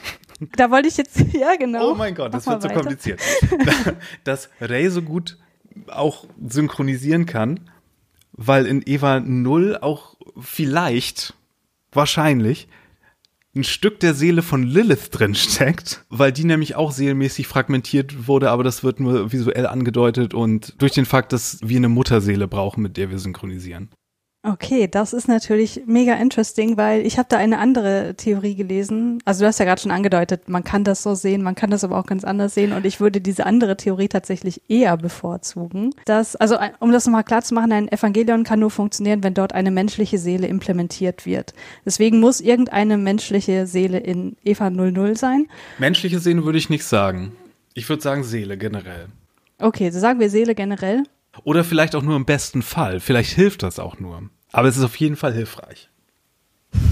da wollte ich jetzt, ja genau. Oh mein Gott, das wird so kompliziert. Dass Rei so gut auch synchronisieren kann, weil in Eva 0 auch vielleicht, wahrscheinlich, ein Stück der Seele von Lilith drin steckt, weil die nämlich auch seelenmäßig fragmentiert wurde, aber das wird nur visuell angedeutet und durch den Fakt, dass wir eine Mutterseele brauchen, mit der wir synchronisieren. Okay, das ist natürlich mega interesting, weil ich habe da eine andere Theorie gelesen. Also du hast ja gerade schon angedeutet, man kann das so sehen, man kann das aber auch ganz anders sehen und ich würde diese andere Theorie tatsächlich eher bevorzugen. Also um das nochmal klar zu machen, ein Evangelion kann nur funktionieren, wenn dort eine menschliche Seele implementiert wird. Deswegen muss irgendeine menschliche Seele in Eva 00 sein. Menschliche Seele würde ich nicht sagen. Ich würde sagen Seele generell. Okay, so sagen wir Seele generell. Oder vielleicht auch nur im besten Fall. Vielleicht hilft das auch nur. Aber es ist auf jeden Fall hilfreich.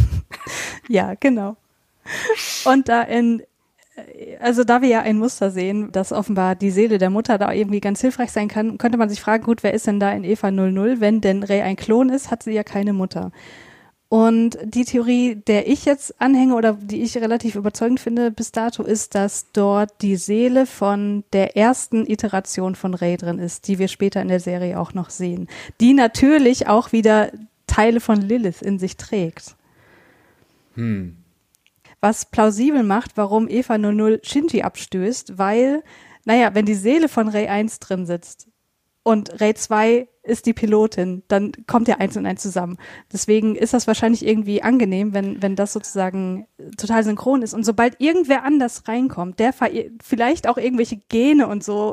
Ja, genau. Und da wir ja ein Muster sehen, dass offenbar die Seele der Mutter da irgendwie ganz hilfreich sein kann, könnte man sich fragen, gut, wer ist denn da in Eva 00? Wenn denn Rey ein Klon ist, hat sie ja keine Mutter. Und die Theorie, der ich jetzt anhänge oder die ich relativ überzeugend finde bis dato, ist, dass dort die Seele von der ersten Iteration von Rey drin ist, die wir später in der Serie auch noch sehen. Die natürlich auch wieder Teile von Lilith in sich trägt. Was plausibel macht, warum Eva 00 Shinji abstößt, weil, wenn die Seele von Rey 1 drin sitzt und Rey 2 ist die Pilotin, dann kommt ja 1 und 1 zusammen. Deswegen ist das wahrscheinlich irgendwie angenehm, wenn das sozusagen total synchron ist. Und sobald irgendwer anders reinkommt, der vielleicht auch irgendwelche Gene und so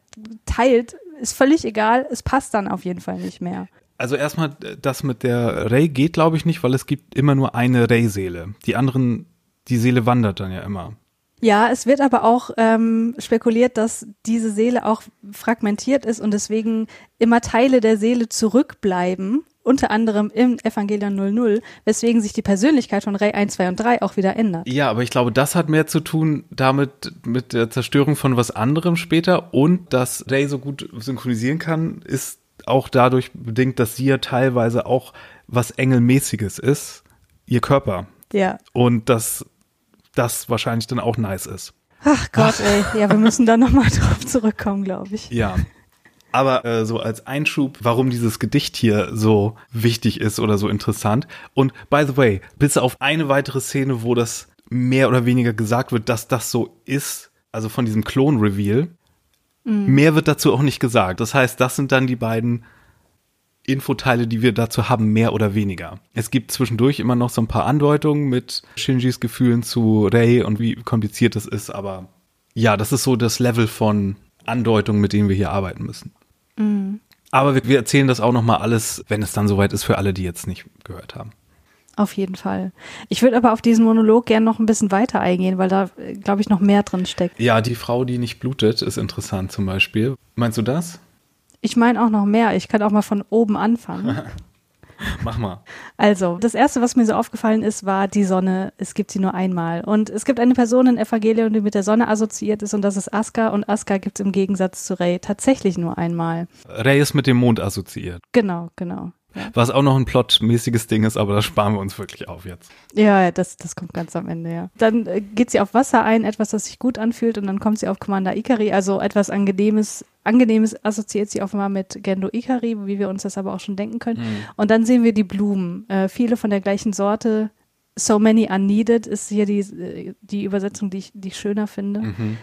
teilt, ist völlig egal, es passt dann auf jeden Fall nicht mehr. Also erstmal, das mit der Rey geht, glaube ich, nicht, weil es gibt immer nur eine Rey-Seele. Die anderen, die Seele wandert dann ja immer. Ja, es wird aber auch spekuliert, dass diese Seele auch fragmentiert ist und deswegen immer Teile der Seele zurückbleiben, unter anderem im Evangelion 00, weswegen sich die Persönlichkeit von Rey 1, 2 und 3 auch wieder ändert. Ja, aber ich glaube, das hat mehr zu tun damit mit der Zerstörung von was anderem später und dass Rey so gut synchronisieren kann, ist auch dadurch bedingt, dass sie ja teilweise auch was Engelmäßiges ist, ihr Körper. Ja. Und das wahrscheinlich dann auch nice ist. Ach Gott, ey. Ja, wir müssen da nochmal drauf zurückkommen, glaube ich. Ja. Aber so als Einschub, warum dieses Gedicht hier so wichtig ist oder so interessant. Und by the way, bis auf eine weitere Szene, wo das mehr oder weniger gesagt wird, dass das so ist, also von diesem Klon-Reveal, mehr wird dazu auch nicht gesagt. Das heißt, das sind dann die beiden Infoteile, die wir dazu haben, mehr oder weniger. Es gibt zwischendurch immer noch so ein paar Andeutungen mit Shinjis Gefühlen zu Rey und wie kompliziert das ist, aber ja, das ist so das Level von Andeutungen, mit denen wir hier arbeiten müssen. Mhm. Aber wir erzählen das auch nochmal alles, wenn es dann soweit ist, für alle, die jetzt nicht gehört haben. Auf jeden Fall. Ich würde aber auf diesen Monolog gerne noch ein bisschen weiter eingehen, weil da, glaube ich, noch mehr drin steckt. Ja, die Frau, die nicht blutet, ist interessant zum Beispiel. Meinst du das? Ich meine auch noch mehr. Ich kann auch mal von oben anfangen. Mach mal. Also, das Erste, was mir so aufgefallen ist, war die Sonne. Es gibt sie nur einmal. Und es gibt eine Person in Evangelion, die mit der Sonne assoziiert ist und das ist Asuka. Und Asuka gibt es im Gegensatz zu Rey tatsächlich nur einmal. Rey ist mit dem Mond assoziiert. Genau. Ja. Was auch noch ein plotmäßiges Ding ist, aber das sparen wir uns wirklich auf jetzt. Ja, das kommt ganz am Ende, ja. Dann geht sie auf Wasser ein, etwas, das sich gut anfühlt und dann kommt sie auf Commander Ikari, also etwas Angenehmes assoziiert sie offenbar mit Gendo Ikari, wie wir uns das aber auch schon denken können. Und dann sehen wir die Blumen, viele von der gleichen Sorte. So many are needed ist hier die Übersetzung, die ich schöner finde.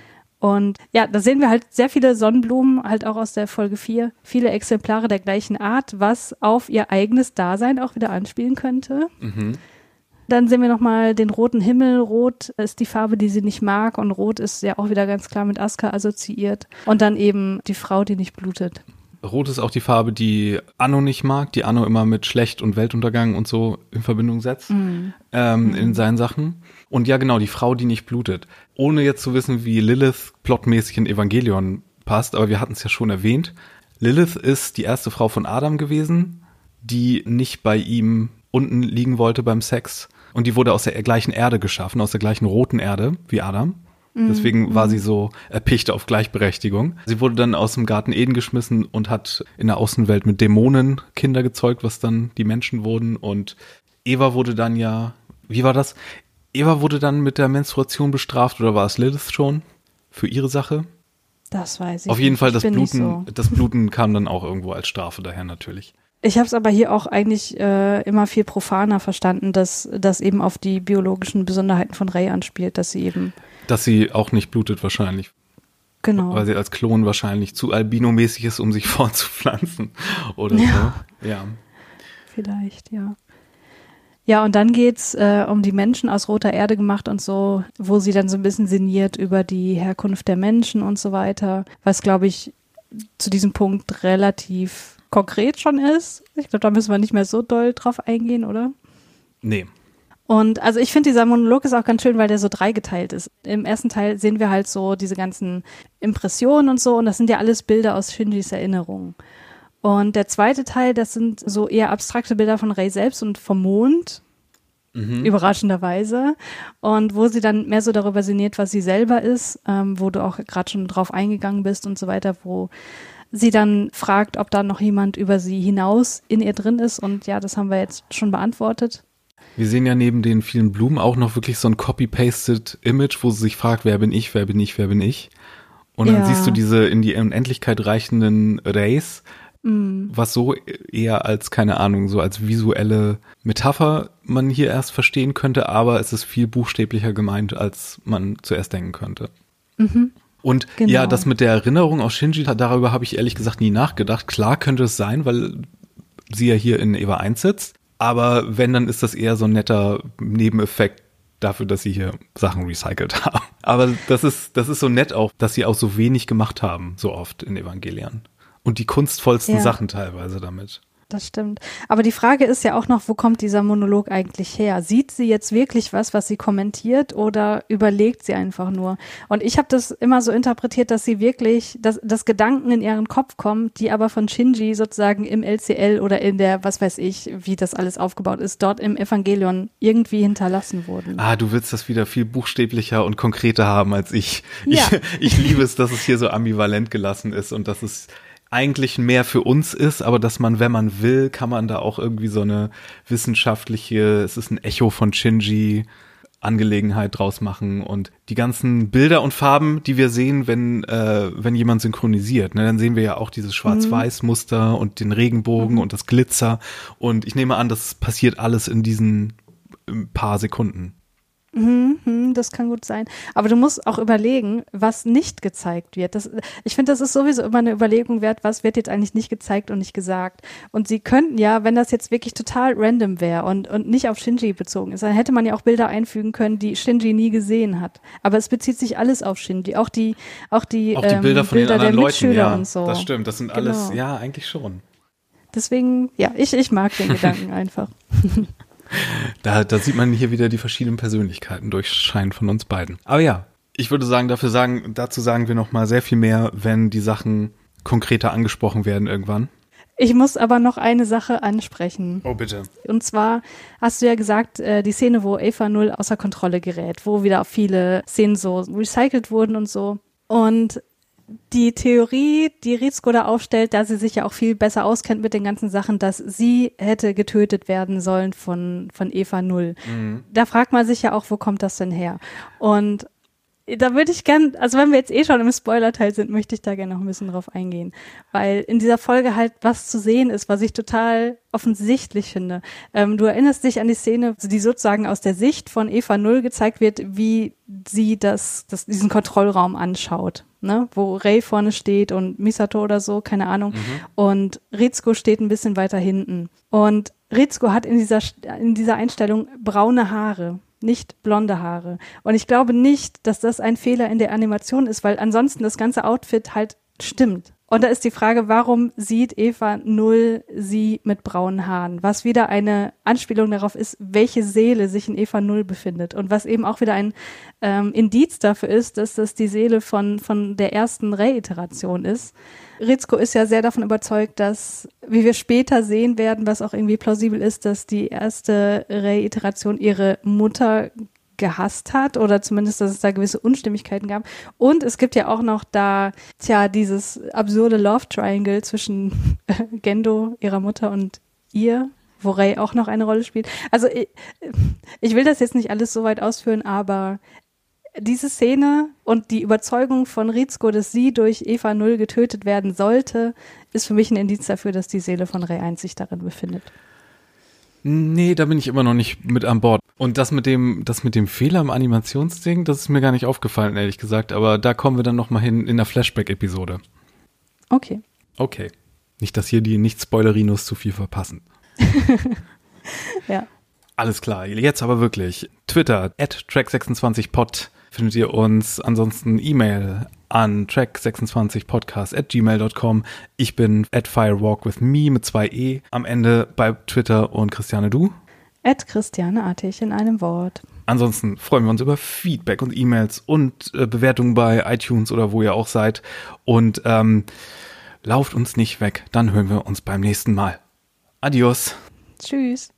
Und ja, da sehen wir halt sehr viele Sonnenblumen, halt auch aus der Folge 4, viele Exemplare der gleichen Art, was auf ihr eigenes Dasein auch wieder anspielen könnte. Dann sehen wir nochmal den roten Himmel. Rot ist die Farbe, die sie nicht mag und Rot ist ja auch wieder ganz klar mit Asuka assoziiert. Und dann eben die Frau, die nicht blutet. Rot ist auch die Farbe, die Anno nicht mag, die Anno immer mit Schlecht und Weltuntergang und so in Verbindung setzt in seinen Sachen. Und ja, genau, die Frau, die nicht blutet. Ohne jetzt zu wissen, wie Lilith plotmäßig in Evangelion passt, aber wir hatten es ja schon erwähnt. Lilith ist die erste Frau von Adam gewesen, die nicht bei ihm unten liegen wollte beim Sex. Und die wurde aus der gleichen Erde geschaffen, aus der gleichen roten Erde wie Adam. Deswegen war sie so erpicht auf Gleichberechtigung. Sie wurde dann aus dem Garten Eden geschmissen und hat in der Außenwelt mit Dämonen Kinder gezeugt, was dann die Menschen wurden. Und Eva wurde dann wie war das? Eva wurde dann mit der Menstruation bestraft oder war es Lilith schon für ihre Sache? Das weiß ich Auf jeden nicht. Fall, das Bluten kam dann auch irgendwo als Strafe daher natürlich. Ich habe es aber hier auch eigentlich immer viel profaner verstanden, dass das eben auf die biologischen Besonderheiten von Rey anspielt, dass sie auch nicht blutet wahrscheinlich. Genau. Weil sie als Klon wahrscheinlich zu albinomäßig ist, um sich fortzupflanzen oder so. Ja. Vielleicht, ja. Ja, und dann geht's um die Menschen aus roter Erde gemacht und so, wo sie dann so ein bisschen sinniert über die Herkunft der Menschen und so weiter, was, glaube ich, zu diesem Punkt relativ konkret schon ist. Ich glaube, da müssen wir nicht mehr so doll drauf eingehen, oder? Nee. Und also ich finde, dieser Monolog ist auch ganz schön, weil der so dreigeteilt ist. Im ersten Teil sehen wir halt so diese ganzen Impressionen und so und das sind ja alles Bilder aus Shinjis Erinnerungen. Und der zweite Teil, das sind so eher abstrakte Bilder von Rey selbst und vom Mond. überraschenderweise. Und wo sie dann mehr so darüber sinniert, was sie selber ist, wo du auch gerade schon drauf eingegangen bist und so weiter, wo sie dann fragt, ob da noch jemand über sie hinaus in ihr drin ist. Und ja, das haben wir jetzt schon beantwortet. Wir sehen ja neben den vielen Blumen auch noch wirklich so ein copy-pasted Image, wo sie sich fragt, wer bin ich, wer bin ich, wer bin ich? Und dann siehst du diese in die Unendlichkeit reichenden Rays, was so eher als, keine Ahnung, so als visuelle Metapher man hier erst verstehen könnte, aber es ist viel buchstäblicher gemeint, als man zuerst denken könnte. Und ja, das mit der Erinnerung aus Shinji, darüber habe ich ehrlich gesagt nie nachgedacht. Klar könnte es sein, weil sie ja hier in Eva 1 sitzt, aber wenn, dann ist das eher so ein netter Nebeneffekt dafür, dass sie hier Sachen recycelt haben. Aber das ist so nett auch, dass sie auch so wenig gemacht haben, so oft in Evangelion. Und die kunstvollsten Sachen teilweise damit. Das stimmt. Aber die Frage ist ja auch noch, wo kommt dieser Monolog eigentlich her? Sieht sie jetzt wirklich was sie kommentiert, oder überlegt sie einfach nur? Und ich habe das immer so interpretiert, dass sie wirklich, dass Gedanken in ihren Kopf kommen, die aber von Shinji sozusagen im LCL oder in der, was weiß ich, wie das alles aufgebaut ist, dort im Evangelion irgendwie hinterlassen wurden. Du willst das wieder viel buchstäblicher und konkreter haben als ich. Ja. Ich liebe es, dass es hier so ambivalent gelassen ist und dass es eigentlich mehr für uns ist, aber dass man, wenn man will, kann man da auch irgendwie so eine wissenschaftliche, es ist ein Echo von Shinji, Angelegenheit draus machen und die ganzen Bilder und Farben, die wir sehen, wenn jemand synchronisiert, ne, dann sehen wir ja auch dieses Schwarz-Weiß-Muster und den Regenbogen und das Glitzer, und ich nehme an, das passiert alles in diesen paar Sekunden. Das kann gut sein. Aber du musst auch überlegen, was nicht gezeigt wird. Ich finde, das ist sowieso immer eine Überlegung wert, was wird jetzt eigentlich nicht gezeigt und nicht gesagt. Und sie könnten ja, wenn das jetzt wirklich total random wäre und nicht auf Shinji bezogen ist, dann hätte man ja auch Bilder einfügen können, die Shinji nie gesehen hat. Aber es bezieht sich alles auf Shinji. Auch die Bilder von den anderen Leuten, ja, und so. Das stimmt. Das sind alles, ja, eigentlich schon. Deswegen, ja, ich mag den Gedanken einfach. Da sieht man hier wieder die verschiedenen Persönlichkeiten durchscheinen von uns beiden. Aber ja, ich würde sagen, dazu sagen wir noch mal sehr viel mehr, wenn die Sachen konkreter angesprochen werden irgendwann. Ich muss aber noch eine Sache ansprechen. Oh, bitte. Und zwar hast du ja gesagt, die Szene, wo Eva 0 außer Kontrolle gerät, wo wieder viele Szenen so recycelt wurden und so. Und die Theorie, die Rizko da aufstellt, da sie sich ja auch viel besser auskennt mit den ganzen Sachen, dass sie hätte getötet werden sollen von Eva 0. Da fragt man sich ja auch, wo kommt das denn her? Und da würde ich gern, also wenn wir jetzt schon im Spoiler-Teil sind, möchte ich da gerne noch ein bisschen drauf eingehen. Weil in dieser Folge halt was zu sehen ist, was ich total offensichtlich finde. Du erinnerst dich an die Szene, die sozusagen aus der Sicht von Eva 0 gezeigt wird, wie sie diesen Kontrollraum anschaut, ne? Wo Rei vorne steht und Misato oder so, keine Ahnung. Und Rizko steht ein bisschen weiter hinten. Und Rizko hat in dieser Einstellung braune Haare, nicht blonde Haare. Und ich glaube nicht, dass das ein Fehler in der Animation ist, weil ansonsten das ganze Outfit halt stimmt. Und da ist die Frage, warum sieht Eva 0 sie mit braunen Haaren? Was wieder eine Anspielung darauf ist, welche Seele sich in Eva 0 befindet. Und was eben auch wieder ein Indiz dafür ist, dass das die Seele von der ersten Reiteration ist. Rizko ist ja sehr davon überzeugt, dass, wie wir später sehen werden, was auch irgendwie plausibel ist, dass die erste Reiteration ihre Mutter gehasst hat oder zumindest, dass es da gewisse Unstimmigkeiten gab. Und es gibt ja auch noch da, dieses absurde Love Triangle zwischen Gendo, ihrer Mutter, und ihr, wo Rei auch noch eine Rolle spielt. Also ich will das jetzt nicht alles so weit ausführen, aber diese Szene und die Überzeugung von Rizko, dass sie durch Eva 0 getötet werden sollte, ist für mich ein Indiz dafür, dass die Seele von Rei 1 sich darin befindet. Nee, da bin ich immer noch nicht mit an Bord. Und das mit dem Fehler im Animationsding, das ist mir gar nicht aufgefallen, ehrlich gesagt. Aber da kommen wir dann noch mal hin in der Flashback-Episode. Okay. Nicht, dass hier die Nicht-Spoilerinos zu viel verpassen. Ja. Alles klar, jetzt aber wirklich. Twitter, @track26pod findet ihr uns. Ansonsten E-Mail an track26podcast@gmail.com. Ich bin @firewalkwithme mit 2 E am Ende bei Twitter. Und Christiane, du? @Christiane Artig in einem Wort. Ansonsten freuen wir uns über Feedback und E-Mails und Bewertungen bei iTunes oder wo ihr auch seid. Und lauft uns nicht weg, dann hören wir uns beim nächsten Mal. Adios. Tschüss.